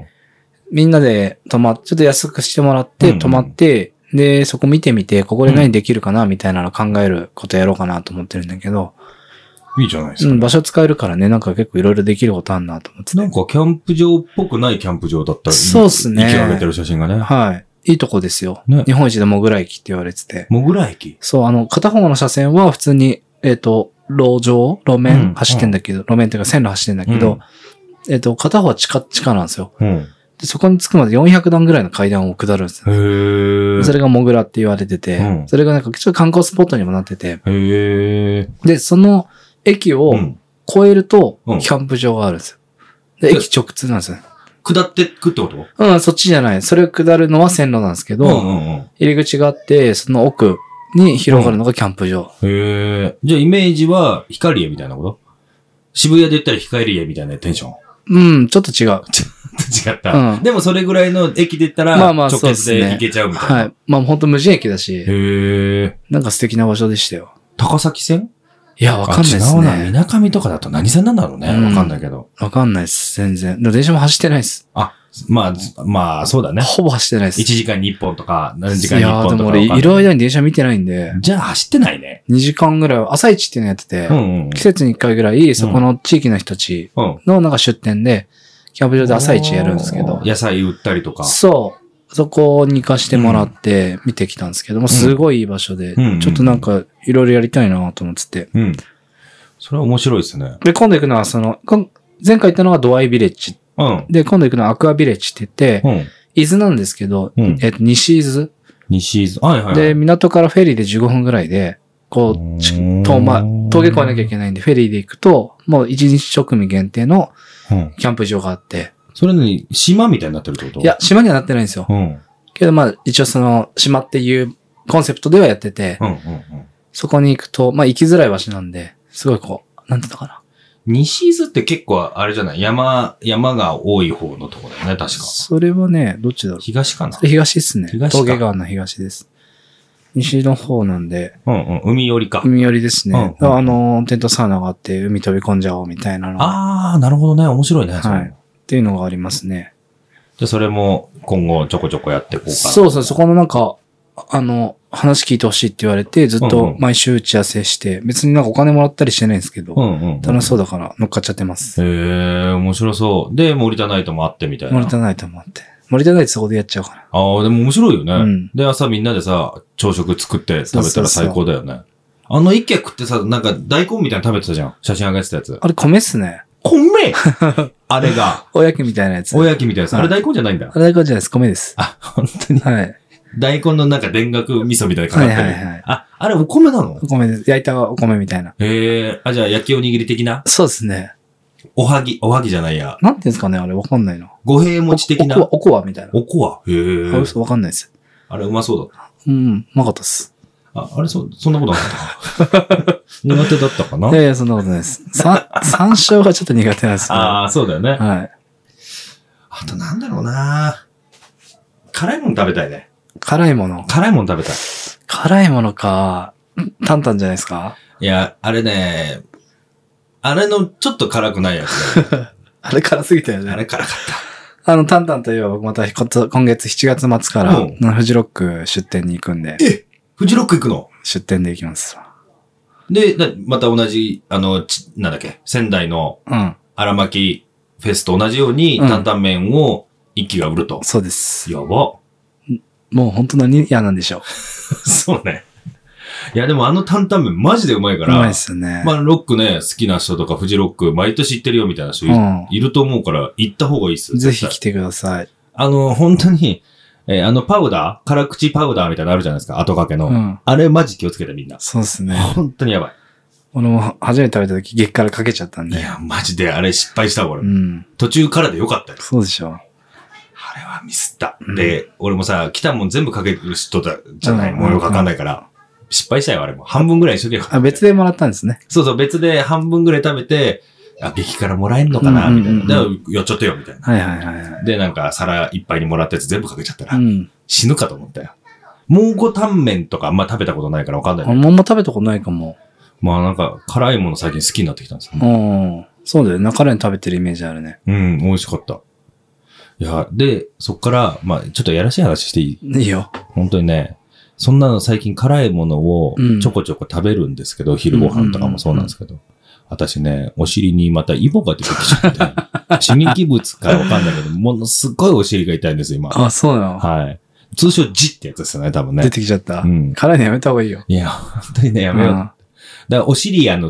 うん、みんなで泊まっ、ちょっと安くしてもらって泊まって、うんうん、で、そこ見てみて、ここで何できるかなみたいなの考えることやろうかなと思ってるんだけど、 いいじゃないですか、ね。 うん、場所使えるからね、なんか結構いろいろできることあるなと思ってて。 なんかキャンプ場っぽくないキャンプ場だったら、 そうっすね。 息を上げてる写真がね。 はい。いいとこですよ。ね、日本一でモグラ駅って言われてて。 モグラ駅？ そう、あの、片方の車線は普通に、えっ、ー、と、路上路面走ってんだけど、うん、路面っていうか線路走ってんだけど、うん、えっ、ー、と、片方は地下、地下なんですよ。うん、でそこに着くまでよんひゃくだんぐらいの階段を下るんですよ。へー。それがモグラって言われてて、うん、それがなんかちょっと観光スポットにもなってて、へー。で、その駅を越えると、キャンプ場があるんですよ。で、駅直通なんですよ。 下ってくってこと？ うん、そっちじゃない。それを下るのは線路なんですけど、うんうんうん、入り口があって、その奥に広がるのがキャンプ場。 うん、へえ。じゃあイメージは光栄みたいなこと？渋谷で言ったら光栄みたいなテンション？ うん、ちょっと違う。ちょっと違った。うん、でもそれぐらいの駅で言ったら、まあまあ直結で行けちゃうみたいな。 はい。まあ本当無人駅だし。 へえ。 なんか素敵な場所でしたよ。 高崎線？ いや、わかんないですね。 違うな。水上とかだと何線なんだろうね。わ、うん、かんないけど。 わかんないです。全然。電車も走ってないです。 あ、まあ、まあ、そうだね。 ほぼ走ってないです。 いちじかんにいっぽんとか、何時間にいっぽんとか。いや、でも俺、いる間に電車見てないんで。 じゃあ走ってないね。 にじかんぐらいは、朝一っていうのやってて、うんうん、季節にいっかいぐらい、そこの地域の人たちのなんか出店で、キャンプ場で朝一やるんですけど。 野菜売ったりとか。 そう。そこに行かしてもらって見てきたんですけども、うん、すごいいい場所で、うん、ちょっとなんかいろいろやりたいなと思ってて。うん。 それは面白いですね。 で、今度行くのはその、前回行ったのはドアイビレッジ。うん。で、今度行くのはアクアビレッジって言って、うん。伊豆なんですけど、うん、えっと、西伊豆。 西伊豆。はいはい、はい。 で、港からフェリーでじゅうごふんぐらいで、こう、遠ま、峠越えなきゃいけないんで、フェリーで行くと、もう一日一組限定のキャンプ場があって、 それに島みたいになってるってこと？ いや、島にはなってないんですよ。うん。けどまあ、一応その、島っていうコンセプトではやってて、うんうんうん、そこに行くと、まあ行きづらい場所なんで、すごいこう、なんていうのかな。 西伊豆って結構あれじゃない？山、山が多い方のところだよね、確か。 それはね、どっちだろう？ 東かな？ それ東ですね。東か。峠川の東です。西の方なんで。 うんうん。海寄りか。 海寄りですね。うんうん、あの、テントサウナがあって、海飛び込んじゃおうみたいなの。 ああ、なるほどね。面白いね。 はい。っていうのがありますね。 じゃあそれも今後ちょこちょこやっていこうかな。 そうそう、そこのなんか、あの、話聞いてほしいって言われて、ずっと毎週打ち合わせして、うんうん、別になんかお金もらったりしてないんですけど、うんうんうん、楽しそうだから乗っかっちゃってます。 へえ、面白そう。で、森田ナイトもあってみたいな。 森田ナイトもあって。 森田大地そこでやっちゃうから。 ああ、でも面白いよね。うん、で、朝みんなでさ、朝食作って食べたら最高だよね。そうそうそう、あの一軒食ってさ、なんか大根みたいなの食べてたじゃん。写真上げてたやつ。 あれ米っすね。 米あれが。 おやきみたいなやつ。 おやきみたいなやつ。あれ大根じゃないんだ。 あれ大根じゃないです。米です。 あ、本当に。 はい。 大根のなんか田楽味噌みたいなかかってる。はいはいはい。あ、あれお米なの？ お米です。焼いたお米みたいな。 へえ。あ、じゃあ焼きおにぎり的な？ そうですね。 おはぎ、おはぎじゃないや。 なんていうんですかねあれわかんないの。 五平餅的な。 おこわ、おこわみたいな。 おこわ。へえ。 あ、嘘わかんないです。 あれうまそうだった。 うん、うまかったっす。 あ、あれそ、そんなことなかった苦手だったかな？ いやいや、そんなことないです。さ、山椒がちょっと苦手なんですよ。 ああ、そうだよね。 はい。 あとなんだろうな辛いもの食べたいね。 辛いもの。 辛いもの食べたい。 辛いものか。タンタンじゃないですか？ いや、あれね、あれのちょっと辛くないやつだよ。 あれ辛すぎたよね。 あれ辛かった。 あの、タンタンといえば僕また今月しちがつ末から、うん、フジロック出店に行くんで。 えフジロック行くの？ 出店で行きます。 で、また同じ、あの、ちなんだっけ、仙台の荒巻フェスと同じように、うん、担々麺を一気が売ると。 そうです。 やば。 もう本当何嫌なんでしょう。 そうね。いや、でもあの担々麺マジでうまいから。 うまいっすね。 まあ、ロックね、好きな人とか、フジロック、毎年行ってるよみたいな人いる、うん、いると思うから、行った方がいいっすよ。 ぜひ来てください。 あの、本当に、えー、あのパウダー辛口パウダーみたいなのあるじゃないですか。後掛けの。うん、あれマジ気をつけてみんな。 そうですね。 本当にやばい。 俺も初めて食べた時激辛かけちゃったんで。 いや、マジであれ失敗した俺。うん、途中からでよかったよ。 そうでしょ。 あれはミスった。うん、で、俺もさ、来たもん全部かける人だじゃない。もうよくわかんないから。失敗したよ、あれも。半分ぐらい一緒でよかった。 あ、別でもらったんですね。 そうそう、別で半分ぐらい食べて、あ、激辛もらえんのかな、みたいな。で、やっちゃってよ、みたいな。 はいはいはい、はい。 で、なんか皿いっぱいにもらったやつ全部かけちゃったら、うん、死ぬかと思ったよ。蒙古タンメンとかあんま食べたことないからわかんない、ね。 あんま食べたことないかも。 まあなんか、辛いもの最近好きになってきたんですよね。 うん。そうだよね。辛いの食べてるイメージあるね。 うん、美味しかった。いや、で、そっから、まあちょっとやらしい話していい？ いいよ。 本当にね、そんなの最近辛いものをちょこちょこ食べるんですけど、うん、昼ご飯とかもそうなんですけど、私ね、お尻にまたイボが出てきちゃって、刺激物かわかんないけど、ものすごいお尻が痛いんですよ、今。 あ、そうなの？ はい。通称ジってやつですよね、多分ね。 出てきちゃった。うん。辛いのやめた方がいいよ。 いや、本当にね、やめよう。うん、だからお尻や塗って、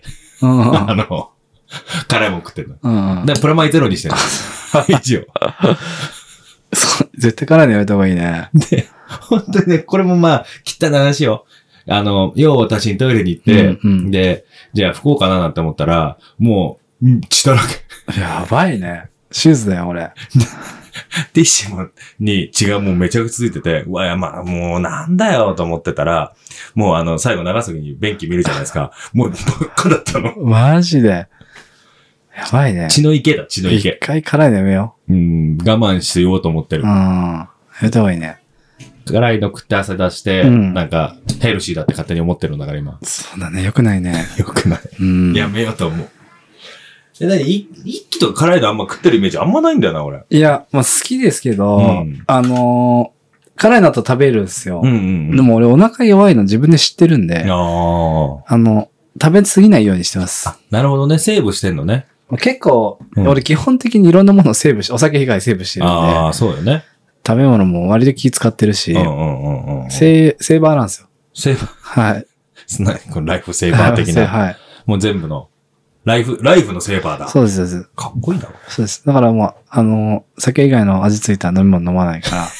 うん、あの、辛いもん食ってるの。うん、だからプラマイゼロにしてるんですよ。一応。 そう、絶対辛いのやめた方がいいね。 で、本当にね、これもまあ、汚い話よ。あの、よう私にトイレに行って、うんうん、で、じゃあ拭こうかななんて思ったら、もう、血だらけ。 やばいね。シューズだよ、俺。 ティッシュに血がもうめちゃくちゃついてて、うわ、やまあ、もうなんだよと思ってたら、もうあの、最後長崎に便器見るじゃないですか。もうばっかだったの。 マジで。やばいね。 血の池だ、血の池。 一回辛いのやめよう。うん、我慢しようと思ってる。 うん。やめた方がいいね。 辛いの食って汗出して、うん、なんか、ヘルシーだって勝手に思ってるんだから今。 そうだね、よくないね。 よくない。うん。やめようと思う。え、なに、一気とか辛いのあんま食ってるイメージあんまないんだよな、俺。 いや、まあ好きですけど、うん、あのー、辛いのと食べるんですよ。うんうんうん、でも俺お腹弱いの自分で知ってるんで、あ, あの、食べ過ぎないようにしてます。あ、 なるほどね、セーブしてんのね。 結構、うん、俺基本的にいろんなものをセーブし、お酒以外セーブしてるんで。 ああ、そうよね。 食べ物も割と気使ってるし、うんうんうんうん、セー、セーバーなんですよ。 セーバーはい。 このライフセーバー的な。はい。もう全部の。ライフ、ライフのセーバーだ。 そうです、そうです。 かっこいいだろ。 そうです。だからもう、あの、酒以外の味ついた飲み物飲まないから。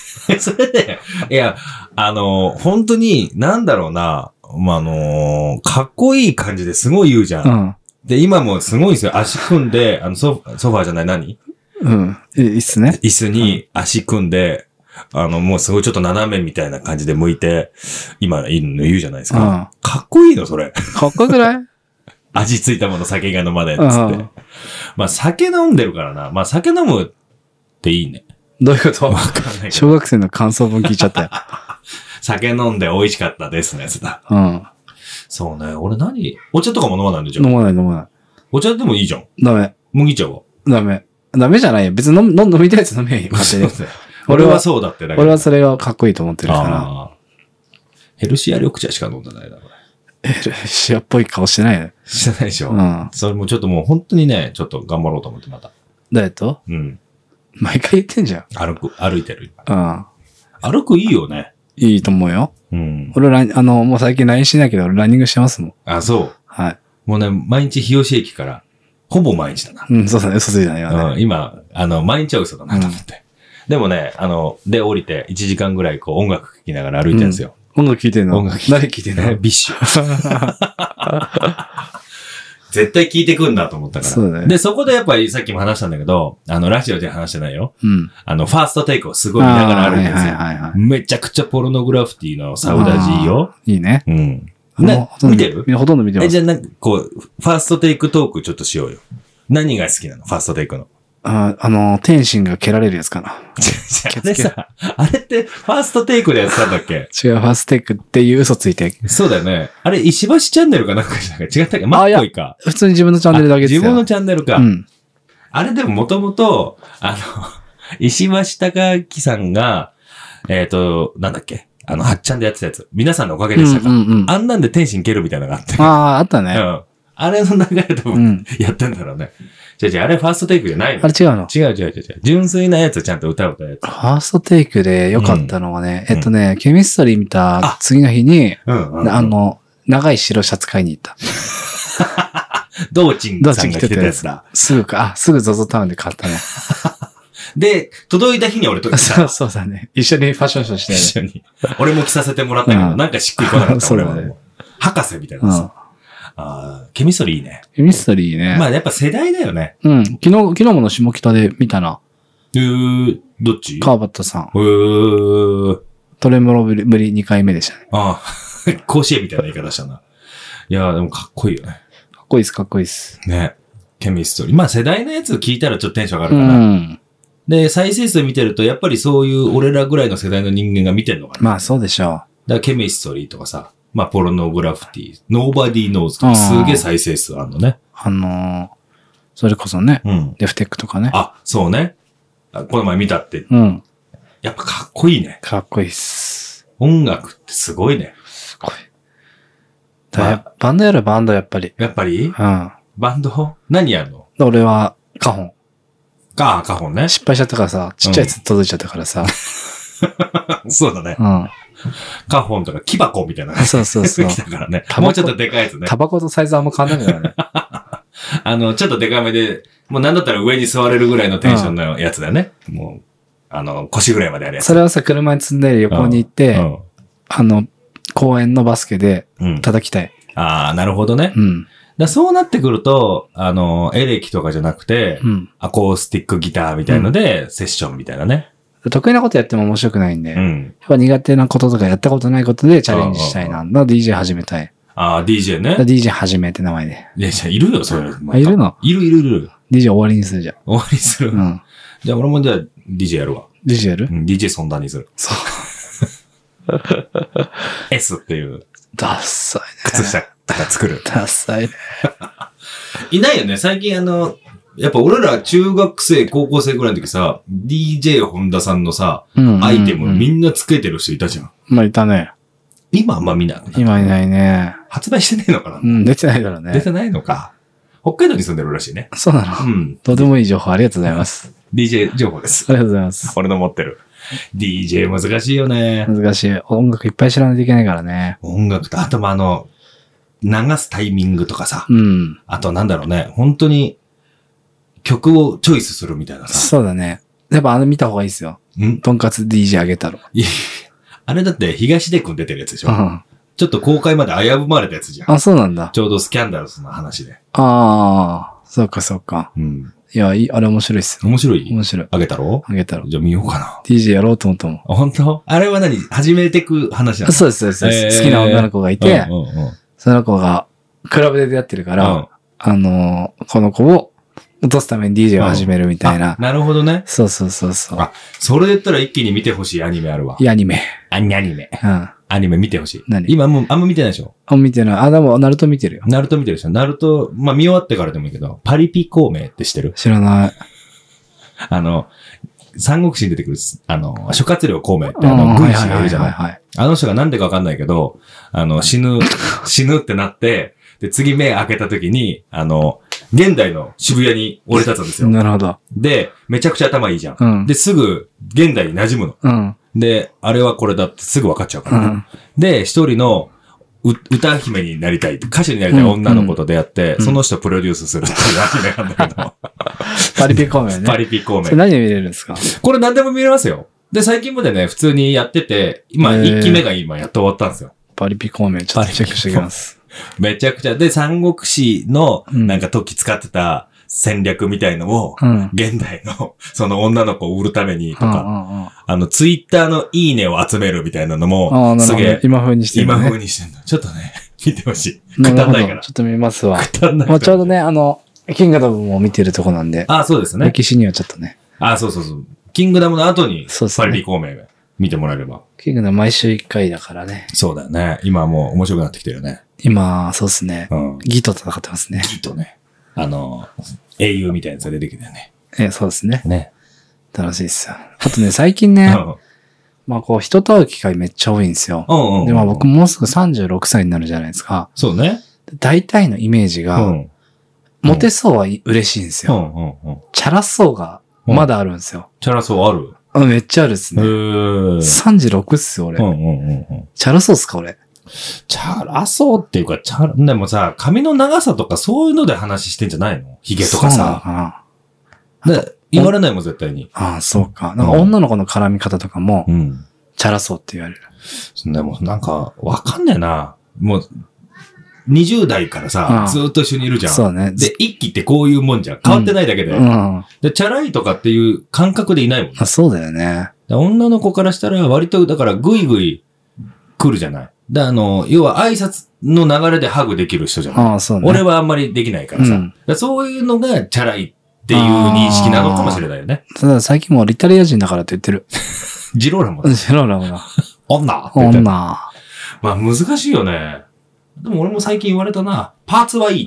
それで、いや、あの、本当に、なんだろうな、まあ、あの、かっこいい感じですごい言うじゃん。うん。で、今もすごいですよ。足組んで、あの、ソフ、ソファーじゃない何？ うん。いいっすね。 椅子に足組んで、うん、あの、もうすごいちょっと斜めみたいな感じで向いて、今いるの言うじゃないですか。うん、かっこいいの、それ。 かっこよくない？ 味ついたもの酒が飲まないっつって。うん、まあ酒飲んでるからな。まあ酒飲むっていいね。 どういうこと？わかんない。小学生の感想文聞いちゃったよ。 酒飲んで美味しかったですのやつだ。うん。そうね。俺何お茶とかも飲まないんでしょ？ 飲まない飲まない。 お茶でもいいじゃん。 ダメ。 麦茶は？ ダメ。ダメじゃないよ。別に飲む、飲みたいやつ飲めよ。勝手に。 俺はそうだってだけど。 俺はそれがかっこいいと思ってるから。 ヘルシア緑茶しか飲んでないだろ。 ヘルシアっぽい顔してないね。 してないでしょ。うん。それもちょっともう本当にね、ちょっと頑張ろうと思ってまた。 ダイエット？ うん。 毎回言ってんじゃん。 歩く、歩いてる。 うん。 歩くいいよね。 いいと思うよ。 うん。 俺ラあの、もう最近 ライン しないけど、俺ランニングしてますもん。 あ、そう。 はい。 もうね、毎日日吉駅から、ほぼ毎日だな。 うん、そうだね、嘘ついたね、今ね。 うん、今、あの、毎日は嘘だなと思って。うん、でもね、あの、で降りていちじかんぐらいこう音楽聴きながら歩いてるんですよ。 うん、音楽聴いてんの？音楽誰聴いてんの？ ビッシュ。絶対聞いてくんだと思ったから。そうだね。で、そこでやっぱりさっきも話したんだけど、あの、ラジオで話してないよ。うん。あの、ファーストテイクをすごい見ながら歩いてるんですよ。はいはいはいはい。めちゃくちゃポルノグラフィティのサウダジーよ。 いいね。 うん。な、見てる？ ほとんど見てます。 え、じゃあなんか、こう、ファーストテイクトークちょっとしようよ。何が好きなの？ファーストテイクの。 あ、あの、天心が蹴られるやつかな。 あれさ、あれってファーストテイクでやってたんだっけ？ 違う、ファーストテイクっていう嘘ついて。 そうだよね。あれ、石橋チャンネルかなんかじゃないか違ったっけ？マッコイか。 普通に自分のチャンネルだけですよ。 自分のチャンネルか。うん。あれでももともと、あの、石橋貴明さんが、えっと、なんだっけ？あの、はっちゃんでやってたやつ。皆さんのおかげでしたか、うんうんうん、あんなんで天心蹴るみたいなのがあって。 ああ、あったね。うん。 あれの流れ多分、やってんだろうね。じゃじゃあれファーストテイクじゃないの？ あれ違うの？ 違う違う違う違う。純粋なやつちゃんと歌う歌うやつ。 ファーストテイクで良かったのはね、うん、えっとね、ケミストリー見た次の日に、うんうんうん、あの、長い白シャツ買いに行った。 ドーチンさんが着てたやつだ。 すぐか、あ、すぐゾゾタウンで買ったね。 で、届いた日に俺とそうそうだね。一緒にファッションショーして、ね。 一緒に。俺も着させてもらったけど、うん、なんかしっくりこなかった、俺は。ね、博士みたいなさ。うんあケミストリーいいね。 ケミストリーね。 まあやっぱ世代だよね。 うん。昨日、昨日もの下北で見たな。 えー、どっち？ 川端さん。 えー。 トレモロぶり、ぶりにかいめでしたね。 ああ。甲子園みたいな言い方したな。いやでもかっこいいよね。 かっこいいです、かっこいいです。 ね。ケミストリー。まあ世代のやつ聞いたらちょっとテンション上がるかな。うん。で、再生数見てるとやっぱりそういう俺らぐらいの世代の人間が見てるのかな。 まあそうでしょう。だからケミストリーとかさ。まあ、ポルノグラフィティ、Nobody Knows とかすげえ再生数あるのね。 あのー、それこそね、うん、デフテックとかね。 あ、そうね。この前見たって。うん。やっぱかっこいいね。 かっこいいっす。 音楽ってすごいね。 すごい。だバンドやるバンドやっぱり。 やっぱりうん。バンド何やるの？ 俺は、カホン。 ああ、カホンね。 失敗しちゃったからさ、ちっちゃいやつ届いちゃったからさ。 うん、そうだね。うん。カホンとか木箱みたいな。 そうそうそう。 来たからね。もうちょっとでかいやつね。 タバコとサイズあんま変わんないからね。 あの、ちょっとでかめで、もうなんだったら上に座れるぐらいのテンションのやつだよね。うん、もう、あの、腰ぐらいまであるやつ。 それをさ、車に積んで横に行って、うんうん、あの、公園のバスケで叩きたい。 うん、ああ、なるほどね。うん。だそうなってくると、あの、エレキとかじゃなくて、うん、アコースティックギターみたいので、うん、セッションみたいなね。 得意なことやっても面白くないんで、うん、やっぱ苦手なこととかやったことないことでチャレンジしたいな。の ディージェー 始めたい。 ああ、ディージェー ね。 ディージェー 始めって名前で。 いや、じゃあいるよ、それ。 あ、いるの？ いるいるいる。 ディージェー 終わりにするじゃん。 終わりにする。うん。じゃあ俺もじゃあ ディージェー やるわ。 ディージェー やる？ うん、ディージェー そんなにする。 そう。 S っていう。 ダッサいね。 靴下とか作る。 ダッサいね。 いないよね。最近あの、やっぱ俺ら中学生、高校生ぐらいの時さ、ディージェー 本田さんのさ、うんうんうん、アイテムみんなつけてる人いたじゃん。 まあいたね。 今あんま見ない。 今いないね。 発売してないのかな？ うん、出てないだろうね。 出てないのか。北海道に住んでるらしいね。 そうなの？うん。どうでもいい情報ありがとうございます。 ディージェー 情報です。 ありがとうございます。 俺の持ってる。ディージェー 難しいよね。 難しい。音楽いっぱい知らないといけないからね。 音楽と、あとまあの、流すタイミングとかさ。うん。あとなんだろうね。本当に、曲をチョイスするみたいなさ。 そうだね。やっぱあの見た方がいいですよ。んとんかつ ディージェー あげたろ。いや、 あれだって東出くん出てるやつでしょ。うん。ちょっと公開まで危ぶまれたやつじゃん。 あ、そうなんだ。 ちょうどスキャンダルスの話で。 ああ、そうかそうか。うん。いや、いい、あれ面白いっすよ。 面白い？ 面白い。 あげたろ？ あげたろ。 じゃあ見ようかな。 ディージェー やろうと思ったもん。あ、 本当？あれは何？始めてく話なの？ そうです、そうです、えー。好きな女の子がいて、うんうんうん、その子がクラブで出会ってるから、うん、あのー、この子を落とすために ディージェー を始めるみたいな。 なるほどね。 そうそうそうそう。 あ、それで言ったら一気に見てほしいアニメあるわ。 いや、アニメ。 アニメ。うん。アニメ見てほしい。 何？ 今もうあんま見てないでしょ？ あ、見てない。あ、でも、ナルト見てるよ。 ナルト見てるでしょ？ナルト、まあ見終わってからでもいいけど、パリピ孔明って知ってる？ 知らない。 あの、三国志に出てくる、あの、諸葛亮孔明ってあの、軍師がいるじゃない。あの人がなんでかわかんないけど、あの、死ぬ、死ぬってなって、で、次目開けた時に、あの、 現代の渋谷に俺立つんですよ。 なるほど。 で、めちゃくちゃ頭いいじゃん。 うん、 で、すぐ現代に馴染むの。 うん、 で、あれはこれだってすぐ分かっちゃうから、ね。うん、で、一人のう歌姫になりたい、歌手になりたい女の子と出会って、うん、その人をプロデュースするっていうアニメなんだけど。 パリピ孔明ね。 パリピ孔明。 それ何で見れるんですか？ これ何でも見れますよ。で、最近までね、普通にやってて、今、一期目が今やっと終わったんですよ。 パリピ孔明、ちょっとチェックしてきます。 めちゃくちゃ。で、三国志の、なんか時使ってた戦略みたいのを、うん、現代の、その女の子を売るためにとか、うんうんうん、あの、ツイッターのいいねを集めるみたいなのも、すげえ。 今風にしてる、 ね。今風にしてるの。ちょっとね、見てほしい。くたんないから。 ちょっと見ますわ。くたんないから。ちょうどね、あの、キングダムも見てるとこなんで。 あ、そうですね。 歴史にはちょっとね。 あ、そうそうそう。キングダムの後に、パリピ孔明が見てもらえれば。 キングダム毎週一回だからね。 そうだよね。今はもう面白くなってきてるよね。 今、そうですね。 うん。 ギと戦ってますね。 ギとね。あの、英雄みたいなやつが出てきてね。 え、そうですね。 ね。 楽しいっすよ。あとね、最近ね、まあこう、人と会う機会めっちゃ多いんですよ。うんうんうん、で、まあ僕もうすぐさんじゅうろくさいになるじゃないですか。 そうね。 大体のイメージが、うん、モテそうは嬉しいんですよ。うんうんうん、チャラそうがまだあるんですよ。 うん、チャラそうある？ うん、めっちゃあるっすね。さんじゅうろくっすよ、俺。うんうんうんうん、チャラそうっすか、俺。 チャラそうっていうか、チャラ、でもさ、髪の長さとかそういうので話してんじゃないの？髭とかさ。そうなのかな。で、言われないもん、絶対に。 ああ、そうか。なんか女の子の絡み方とかも、うん、チャラそうって言われる。 でも、なんか、わかんねえな。もう、にじゅう代からさ、ずっと一緒にいるじゃん。 そうね。 で、一期ってこういうもんじゃん。変わってないだけで。うんうん、で、チャラいとかっていう感覚でいないもんね。 あ、そうだよね。 女の子からしたら割と、だからグイグイ来るじゃない。で、あの、要は挨拶の流れでハグできる人じゃない。 ああ、そうね。 俺はあんまりできないからさ。うん、だそういうのがチャラいっていう認識なのかもしれないよね。 ただ最近もうイタリア人だからって言ってる。 ジローラも。 ジローラもな。 女女。 まあ難しいよね。でも俺も最近言われたな。パーツはいい。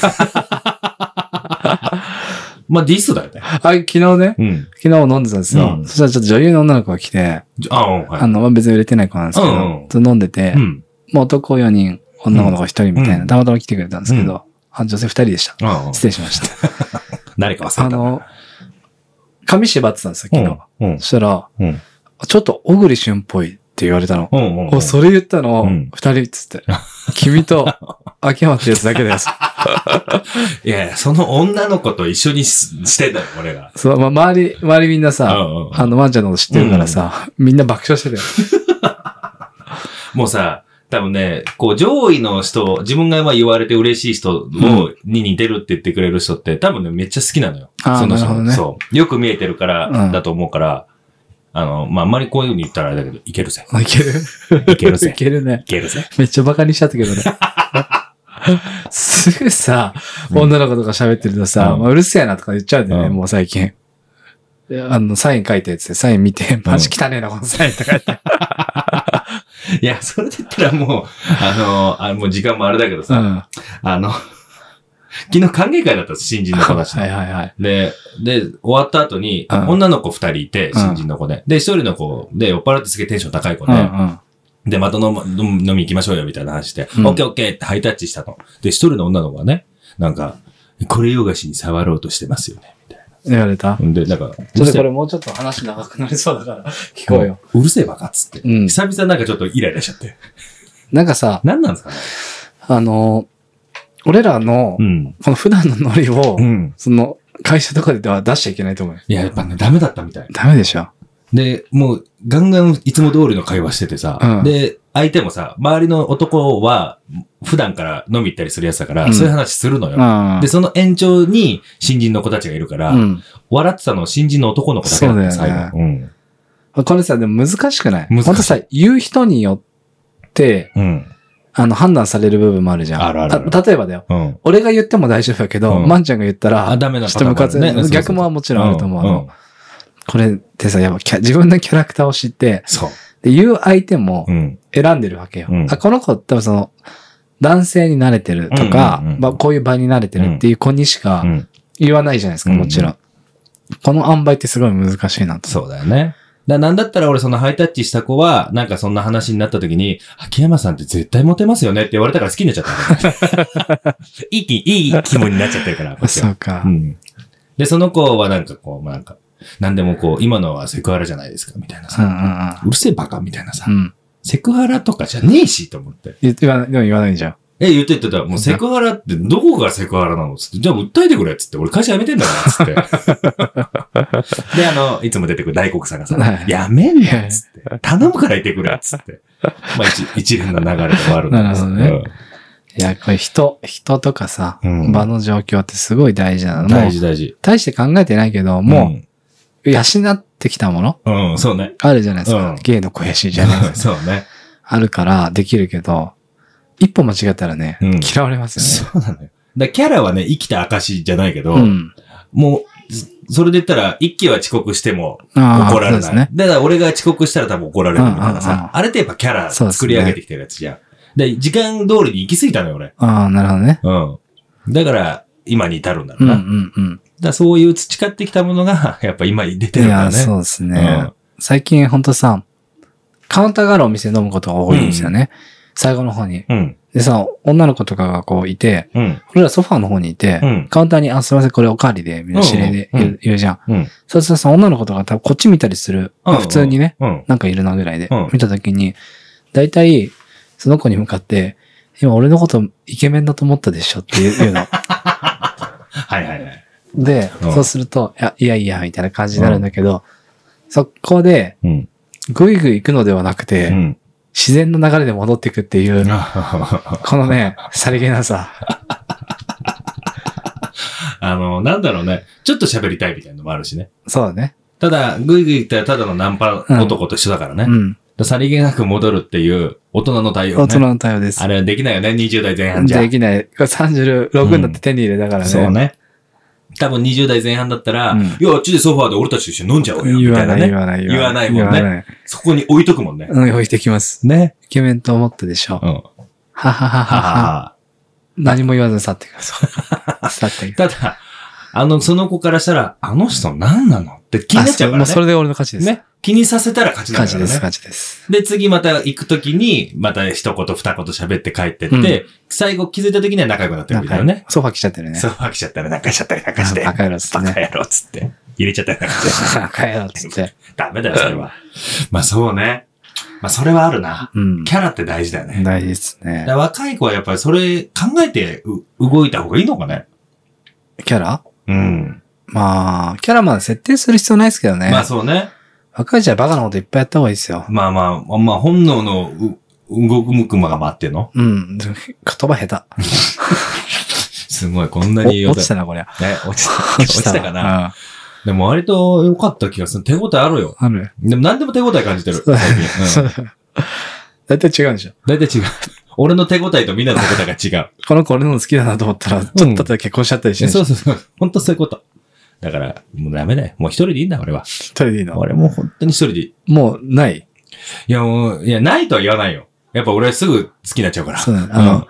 まあディスだよね。 あ、昨日ね。うん、昨日飲んでたんですよ。うん、そしたらちょっと女優の女の子が来て。 あ、はい、 あの、別に売れてない子なんですけど。うん、飲んでて。うん、もう男よにん、女の子ひとりみたいな、うん。たまたま来てくれたんですけど。うん、あ女性ふたりでした。うん、失礼しました。 誰か忘れた。あの、 髪縛ってたんですよ、昨日。うん、そしたら、うん、ちょっと小栗旬っぽい。って言われたの。うんうんうん、おそれ言ったの、二、うん、人っつって。君と秋山ってやつだけです。 いやいや、その女の子と一緒に し, してたよ、俺が。 そう、まあ、周り、周りみんなさ、うんうんうん、あの、ワンちゃんのこと知ってるからさ、うん、みんな爆笑してたよ。 もうさ、多分ね、こう、上位の人、自分がまあ言われて嬉しい人を、うん、に似てるって言ってくれる人って、多分ね、めっちゃ好きなのよ。 あその人、なるほどね。 そう。よく見えてるからだと思うから、うんあの、まあ、あんまりこういう風に言ったらあれだけど、いけるぜ。 いけるいけるぜ。 いけるね。 いけるぜ。 めっちゃバカにしちゃったけどね。すぐさ、女の子とか喋ってるとさ、うんまあ、うるせえなとか言っちゃうんだよね、うん、もう最近。あの、サイン書いたやつで、サイン見て、マジ汚ねえな、このサインとか言って。 いや、それで言ったらもう、あの、あもう時間もあれだけどさ、うん、あの、昨日歓迎会だったんです、新人の子たち。 はいはいはい。 で、で、終わった後に、うん、女の子二人いて、新人の子で。うん、で、一人の子で、酔っ払ってすげえテンション高い子で、うんうん、で、また飲み、飲み行きましょうよ、みたいな話で、うん、オッケーオッケーってハイタッチしたの。で、一人の女の子がね、なんか、これヨガシに触ろうとしてますよね、みたいな。 言われたで、なんか、 ちょっとこれもうちょっと話長くなりそうだから、聞こうよ。 うるせえバカっつって。うん、久々なんかちょっとイライラしちゃって。 なんかさ、 何なんですかねあの、俺らの、この普段のノリを、うん、その、会社とかでは出しちゃいけないと思う。 いや、やっぱね、ダメだったみたい。 ダメでしょ。 で、もう、ガンガンいつも通りの会話しててさ、うん、で、相手もさ、周りの男は、普段から飲み行ったりするやつだから、うん、そういう話するのよ、うん。で、その延長に、新人の子たちがいるから、うん、笑ってたの新人の男の子だけだった、 そうだよね。うん、これさ、でも難しくない？難しい。ほんとさ、言う人によって、うんあの、判断される部分もあるじゃん。 あるあるある。 例えばだよ、うん。俺が言っても大丈夫だけど、うん、マンちゃんが言ったら、 あ、ダメなパターンもあるね。逆ももちろんあると思う。うんうん、これってさ、やっぱ自分のキャラクターを知って、 そう。 で、言う相手も選んでるわけよ。うん、あこの子ってその、男性に慣れてるとか、うんうんうん、まあ、こういう場に慣れてるっていう子にしか言わないじゃないですか、もちろん。うんうん、この塩梅ってすごい難しいなと。 そうだよね。 だなんだったら俺そのハイタッチした子は、なんかそんな話になった時に、秋山さんって絶対モテますよねって言われたから好きになっちゃった、ね。いい気、いい気分になっちゃってるから。 そうか。 うん。で、その子はなんかこう、まあ、なんか、なんでもこう、今のはセクハラじゃないですか、みたいなさ。 うんうんうん、 うるせえバカみたいなさ、 うん。 セクハラとかじゃねえし、と思って。 言って、でも言わないじゃん。 え、言って言ってた。もうセクハラってどこがセクハラなのつって。じゃあ訴えてくれっつって。俺会社辞めてんだからつって。で、あの、いつも出てくる大黒さんがさ、やめんなっつって。頼むからいてくれっつって。まあ一、一連の流れでもあるんです。 なるほどね。うん、いや、これ人、人とかさ、うん、場の状況ってすごい大事なの。 大事大事。 大して考えてないけど、もう、養ってきたもの、 うん、そうね。 あるじゃないですか。うん、芸の肥やしじゃないですか。そうね。 あるからできるけど、一歩間違ったらね、うん、嫌われますよね。そうなのよ。だキャラはね、生きた証じゃないけど、うん、もう、それで言ったら、一期は遅刻しても怒られない。ですね、だから俺が遅刻したら多分怒られるみたいなさ、あれってやっぱキャラ作り上げてきてるやつじゃん。で、時間通りに行き過ぎたのよ、俺。 ああ、なるほどね。 うん。だから、今に至るんだろうな。うんうんうん。だからそういう培ってきたものが、やっぱ今に出てるんだね。いや、 そうですね。うん、最近ほんとさ、カウンターがあるお店飲むことが多いんですよね。うん、最後の方に。うん。でさ、女の子とかがこういて、うん、俺らソファーの方にいて、うん、カウンターに、あ、すいません、これおかわりで、みたいな指令で言う、うん、言うじゃん。うん、そうするとさ、女の子とか多分こっち見たりする。うん、普通にね、うん、なんかいるなぐらいで、うん、見たときに、だいたい、その子に向かって、今俺のことイケメンだと思ったでしょって言うの。 はいはいはい。 で、うん、そうすると、いや、いやいや、みたいな感じになるんだけど、うん、そこで、ぐいぐい行くのではなくて、うん、自然の流れで戻っていくっていう、このね、さりげなさ。 あの、なんだろうね。ちょっと喋りたいみたいなのもあるしね。 そうだね。 ただ、ぐいぐい行ったらただのナンパ男と一緒だからね。うん。さりげなく戻るっていう大人の対応ね。 大人の対応です。 あれはできないよね。にじゅう代前半じゃ。 できない。さんじゅうろくになって手に入れたからね。 そうね。多分にじゅう代前半だったら、いや、あっちでソファーで俺たちと一緒に飲んじゃおうよ。みたいなね。 言わない、 言わない。言わないもんね。そこに置いとくもんね。 うん、置いてきます。ね。イケメンと思ったでしょ。うん。ははははは。何も言わず去ってください。去ってください。 ただ、あの、その子からしたら、あの人何なのって気になっちゃうからね。もうそれで俺の勝ちです。ね。 気にさせたら勝ちなんだからね。 勝ちです、勝ちです。 で、次また行くときに、また一言二言喋って帰ってって、うん、最後気づいたときには仲良くなってるみたいなね。 ソファ来ちゃってるね。 ソファ来ちゃったら仲しちゃったりなんかして。 バカ野郎っつって、ね。 バカ野郎っつって。入れちゃったりなんかして。 バカ野郎っつって。 ダメだよ、それは。まあそうね。まあそれはあるな。うん。キャラって大事だよね。 大事ですね。 若い子はやっぱりそれ考えて動いた方がいいのかね。 キャラ？ うん。 まあ、キャラまで設定する必要ないですけどね。 まあそうね。 若いじゃバカなこといっぱいやった方がいいですよ。 まあまあ、まあ本能のう動くむくまが待ってんの？ うん。言葉下手。 すごい、こんなに落ちたな、こりゃ。 ね、落ちた。落ちたかな。うんでも割と良かった気がする。手応えあるよ。 ある。 でも何でも手応え感じてる。最近。うん、 だいたい違うんでしょ。 だいたい違う。俺の手応えとみんなの手応えが違う。 この子俺の好きだなと思ったら、ちょっとだけ結婚しちゃったりして、 うん、そうそうそう。本当そういうこと。だから、もうダメだよ。もう一人でいいんだ、俺は。 一人でいいの？ 俺もう本当に一人でいい。 もう、ない？ いや、もう、いや、ないとは言わないよ。やっぱ俺はすぐ好きになっちゃうから。 そうだね。あの、うん、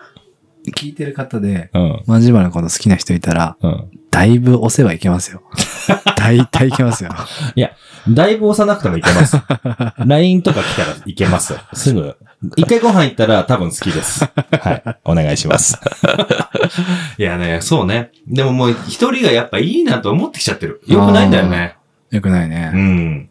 聞いてる方で、うん。マジマのこと好きな人いたら、うん。だいぶ押せばいけますよ。大体いけますよ。 いや、だいぶ押さなくてもいけます。ライン とか来たらいけます。すぐ。一回ご飯行ったら多分好きです。はい。お願いします。いやね、そうね。でももう一人がやっぱいいなと思ってきちゃってる。よくないんだよね。 よくないね。 うん。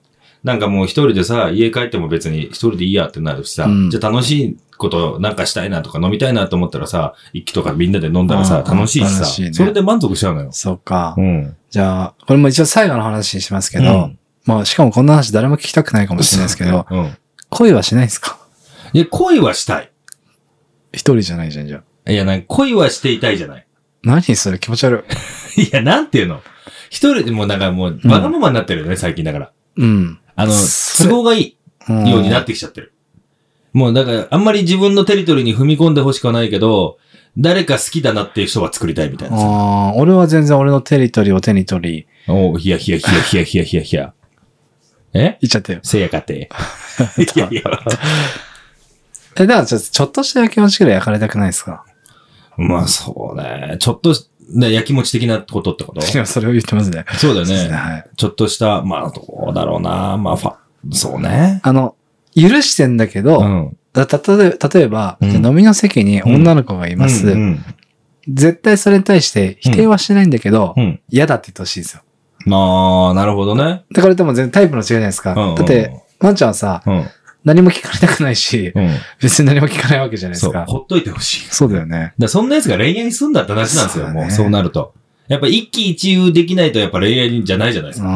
なんかもう一人でさ、家帰っても別に一人でいいやってなるしさ、うん、じゃあ楽しいことなんかしたいなとか飲みたいなと思ったらさ、一気とかみんなで飲んだらさ、楽しいしさ、しいね、それで満足しちゃうのよ。 そうか。うん。じゃあ、これも一応最後の話にしますけど、うん、まあしかもこんな話誰も聞きたくないかもしれないですけど、うん、恋はしないですか？ いや、恋はしたい。 一人じゃないじゃん、じゃあ。いや、なんか恋はしていたいじゃない。 何それ気持ち悪い。いや、なんていうの？一人でもなんかもう、わがままになってるよね、うん、最近だから。うん。あの、都合がいいようになってきちゃってる。もうだから、あんまり自分のテリトリーに踏み込んでほしくはないけど、誰か好きだなっていう人は作りたいみたいな。 ああ、俺は全然俺のテリトリーを手に取り。 おう、ひやひやひやひやひやひやひや。え？ 言っちゃったよ。 せやかて。いやいや。 え、だからちょちょっとした焼きもちくらい焼かれたくないですか？ まあそうね。ちょっと、ね、焼きもち的なことってこと？ いや、それを言ってますね。 そうだよね。はい。ちょっとした、まあどうだろうな。まあファ、 そうね。 あの、許してんだけど、うん、だたとえ例えば、うん、飲みの席に女の子がいます、うんうんうん。絶対それに対して否定はしないんだけど、うん、嫌だって言ってほしいんですよ。 ああ、なるほどね。 だからでも全然タイプの違いじゃないですか。うんうん、だって、ワンちゃんはさ、うん、何も聞かれたくないし、うん、別に何も聞かないわけじゃないですか。 そう、ほっといてほしい。 そうだよね。 だそんな奴が恋愛すんだって話なんですよ、そうね、もうそうなると。やっぱ一喜一憂できないとやっぱ恋愛じゃないじゃないですか。うん、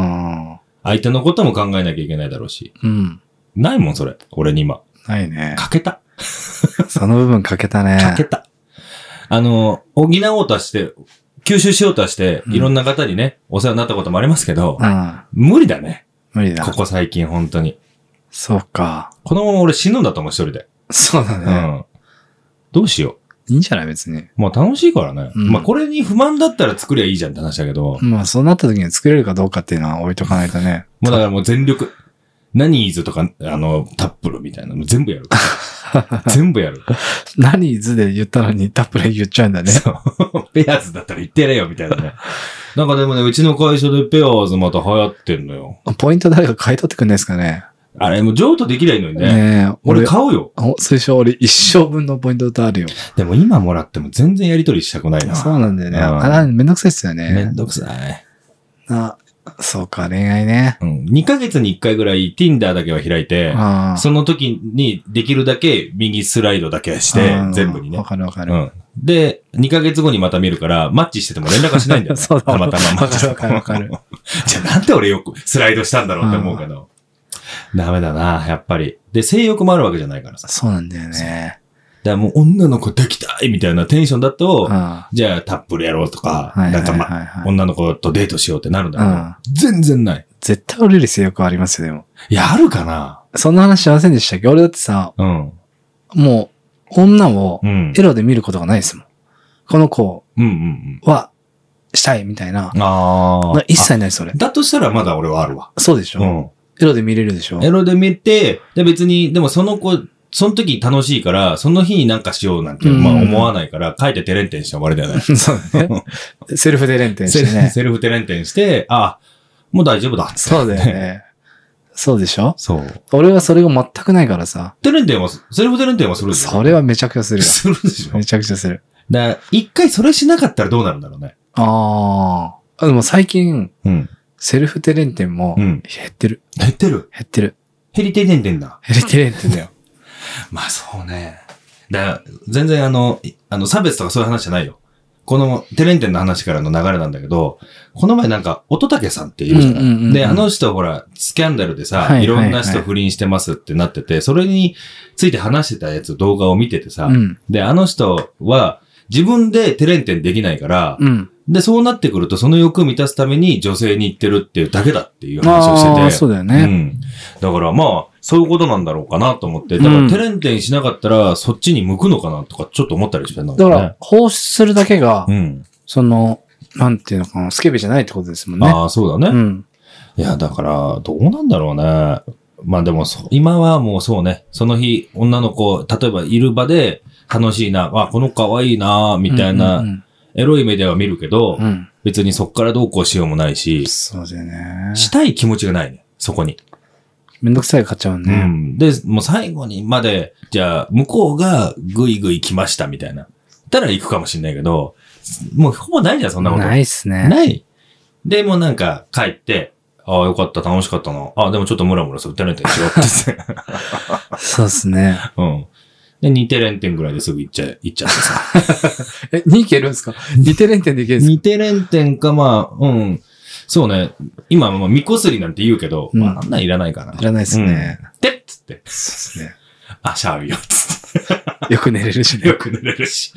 相手のことも考えなきゃいけないだろうし。うん、ないもん、それ。俺に今。 ないね。 欠けた。 その部分欠けたね。 欠けた。あの、補おうとして、吸収しようとして、いろんな方にね、うん、お世話になったこともありますけど、うん、無理だね。 無理だ。 ここ最近、本当に。 そうか。 このまま俺死ぬんだと思う、一人で。 そうだね。うん。 どうしよう。いいんじゃない別に。 まあ楽しいからね。うん、まあこれに不満だったら作りゃいいじゃんって話だけど。 まあそうなった時に作れるかどうかっていうのは置いとかないとね。 もうだからもう全力。何ーズとか、あの、タップルみたいなの全部やる。全部やる。 何ーズで言ったのにタップル言っちゃうんだね。そう。 ペアーズだったら言ってやれよ、みたいなね。なんかでもね、うちの会社でペアーズまた流行ってんのよ。 ポイント誰か買い取ってくんないですかね。 あれ、もう譲渡できないのにね。ねえ。俺買うよ。 最初俺一生分のポイントとあるよ。 でも今もらっても全然やり取りしたくないな。 そうなんだよね。あ、めんどくさいっすよね。 めんどくさい。 あ、そうか、恋愛ね。 うん。にかげつにいっかいぐらい Tinder だけは開いて、その時にできるだけ右スライドだけして、全部にね。 わかるわかる。うん。 で、にかげつごにまた見るから、マッチしてても連絡はしないんだよね。 そうだ。 たまたま。 わかるわかるわかる。 じゃあなんで俺よくスライドしたんだろうって思うけど。ダメだな、やっぱり。で、性欲もあるわけじゃないからさ。 そうなんだよね。 だからもう女の子抱きたいみたいなテンションだと、じゃあタップルやろうとか、なんかま、女の子とデートしようってなるんだけど、全然ない。 絶対俺より性欲ありますよ、でも。 いや、あるかな。 そんな話しませんでしたっけ？俺だってさ、うん、もう、女をエロで見ることがないですもん。この子はしたいみたいな。ああ。一切ない、それ。 だとしたらまだ俺はあるわ。 そうでしょ？うん。エロで見れるでしょ？ エロで見て、で別に、でもその子、その時楽しいから、その日になんかしようなんて、まあ思わないから、書いてテレンテンして終わりだよね。 そうね。セルフテレンテンしてね。 セルフテレンテンして、あ、もう大丈夫だって。 そうだよね。そうでしょ？ そう。 俺はそれが全くないからさ。 テレンテンは、セルフテレンテンはするでしょ？ それはめちゃくちゃするよ。 するでしょ？ めちゃくちゃする。 だから一回それしなかったらどうなるんだろうね。 ああ。でも最近、うん、セルフテレンテンも減ってる。 うん、減ってる減ってる。 減りテレンテンだ。 減りテレンテンだよ。 まあそうね。だから全然あの、あの差別とかそういう話じゃないよ。このテレンテンの話からの流れなんだけど、この前なんか乙武さんっているじゃない、うんうんうんうん、で、あの人ほら、スキャンダルでさ、はいはいはい、いろんな人不倫してますってなってて、それについて話してたやつ動画を見ててさ、うん、で、あの人は自分でテレンテンできないから、うん、で、そうなってくるとその欲を満たすために女性に行ってるっていうだけだっていう話をしてて。 ああ、そうだよね。 うん。だからまあ、そういうことなんだろうかなと思って。だからテレンテンしなかったらそっちに向くのかなとかちょっと思ったりしてるんだけどね。 だから放出するだけが、うん、その、なんていうのかな、スケベじゃないってことですもんね。 ああ、そうだね。うん。いや、だから、どうなんだろうね。まあでも、今はもうそうね、その日、女の子、例えばいる場で楽しいな、あ、この子可愛いな、みたいな、うんうんうん、エロい目では見るけど、うん、別にそっからどうこうしようもないし、 そうだよね。 したい気持ちがないね、そこに。 めんどくさいが勝っちゃうね。 うん。で、もう最後にまで、じゃあ、向こうがぐいぐい来ましたみたいな。たら行くかもしれないけど、もうほぼないじゃん、そんなこと。 ないっすね。 ない。で、もうなんか帰って、ああ、よかった、楽しかったな。ああ、でもちょっとムラムラする、テレンテンしようって。 そうっすね。 うん。で、にテレンテンぐらいですぐ行っちゃ、行っちゃってさ。 え、にいけるんですか ?に テレンテンでいけるんですか ?に テレンテンか、まあ、うん。そうね。今、まあ、みこすりなんて言うけど、うん、まあ、あんなんいらないかな。 いらないですね。 うん、でっつって。 そうですね。 あ、シャワーよ、つって。 よく寝れるしね。 よく寝れるし。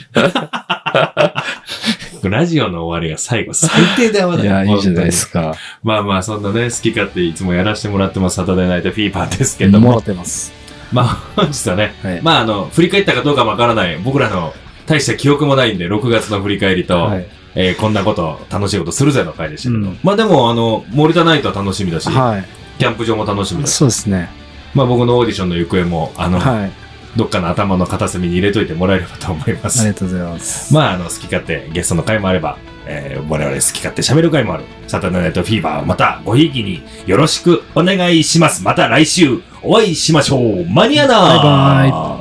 ラジオの終わりが最後、最低だよね。 いや、いいじゃないですか。 まあまあ、そんなね、好き勝手いつもやらせてもらってます、サタデーナイトフィーバーですけども。 もらってます。 まあ、本日はね、はい、まあ、あの、振り返ったかどうかもわからない、僕らの大した記憶もないんで、ろくがつの振り返りと、はい、えー、こんなこと、楽しいことするぜの回でしたけど。うん、まあでも、あの、モリタナイトは楽しみだし、はい、キャンプ場も楽しみだし。 そうですね。 まあ僕のオーディションの行方も、あの、はい、どっかの頭の片隅に入れといてもらえればと思います。 ありがとうございます。 まあ、あの、好き勝手ゲストの回もあれば、 えー、我々好き勝手喋る回もある。サタデーナイトフィーバー、またごひいきによろしくお願いします。また来週お会いしましょう。マニアナー。 バイバイ。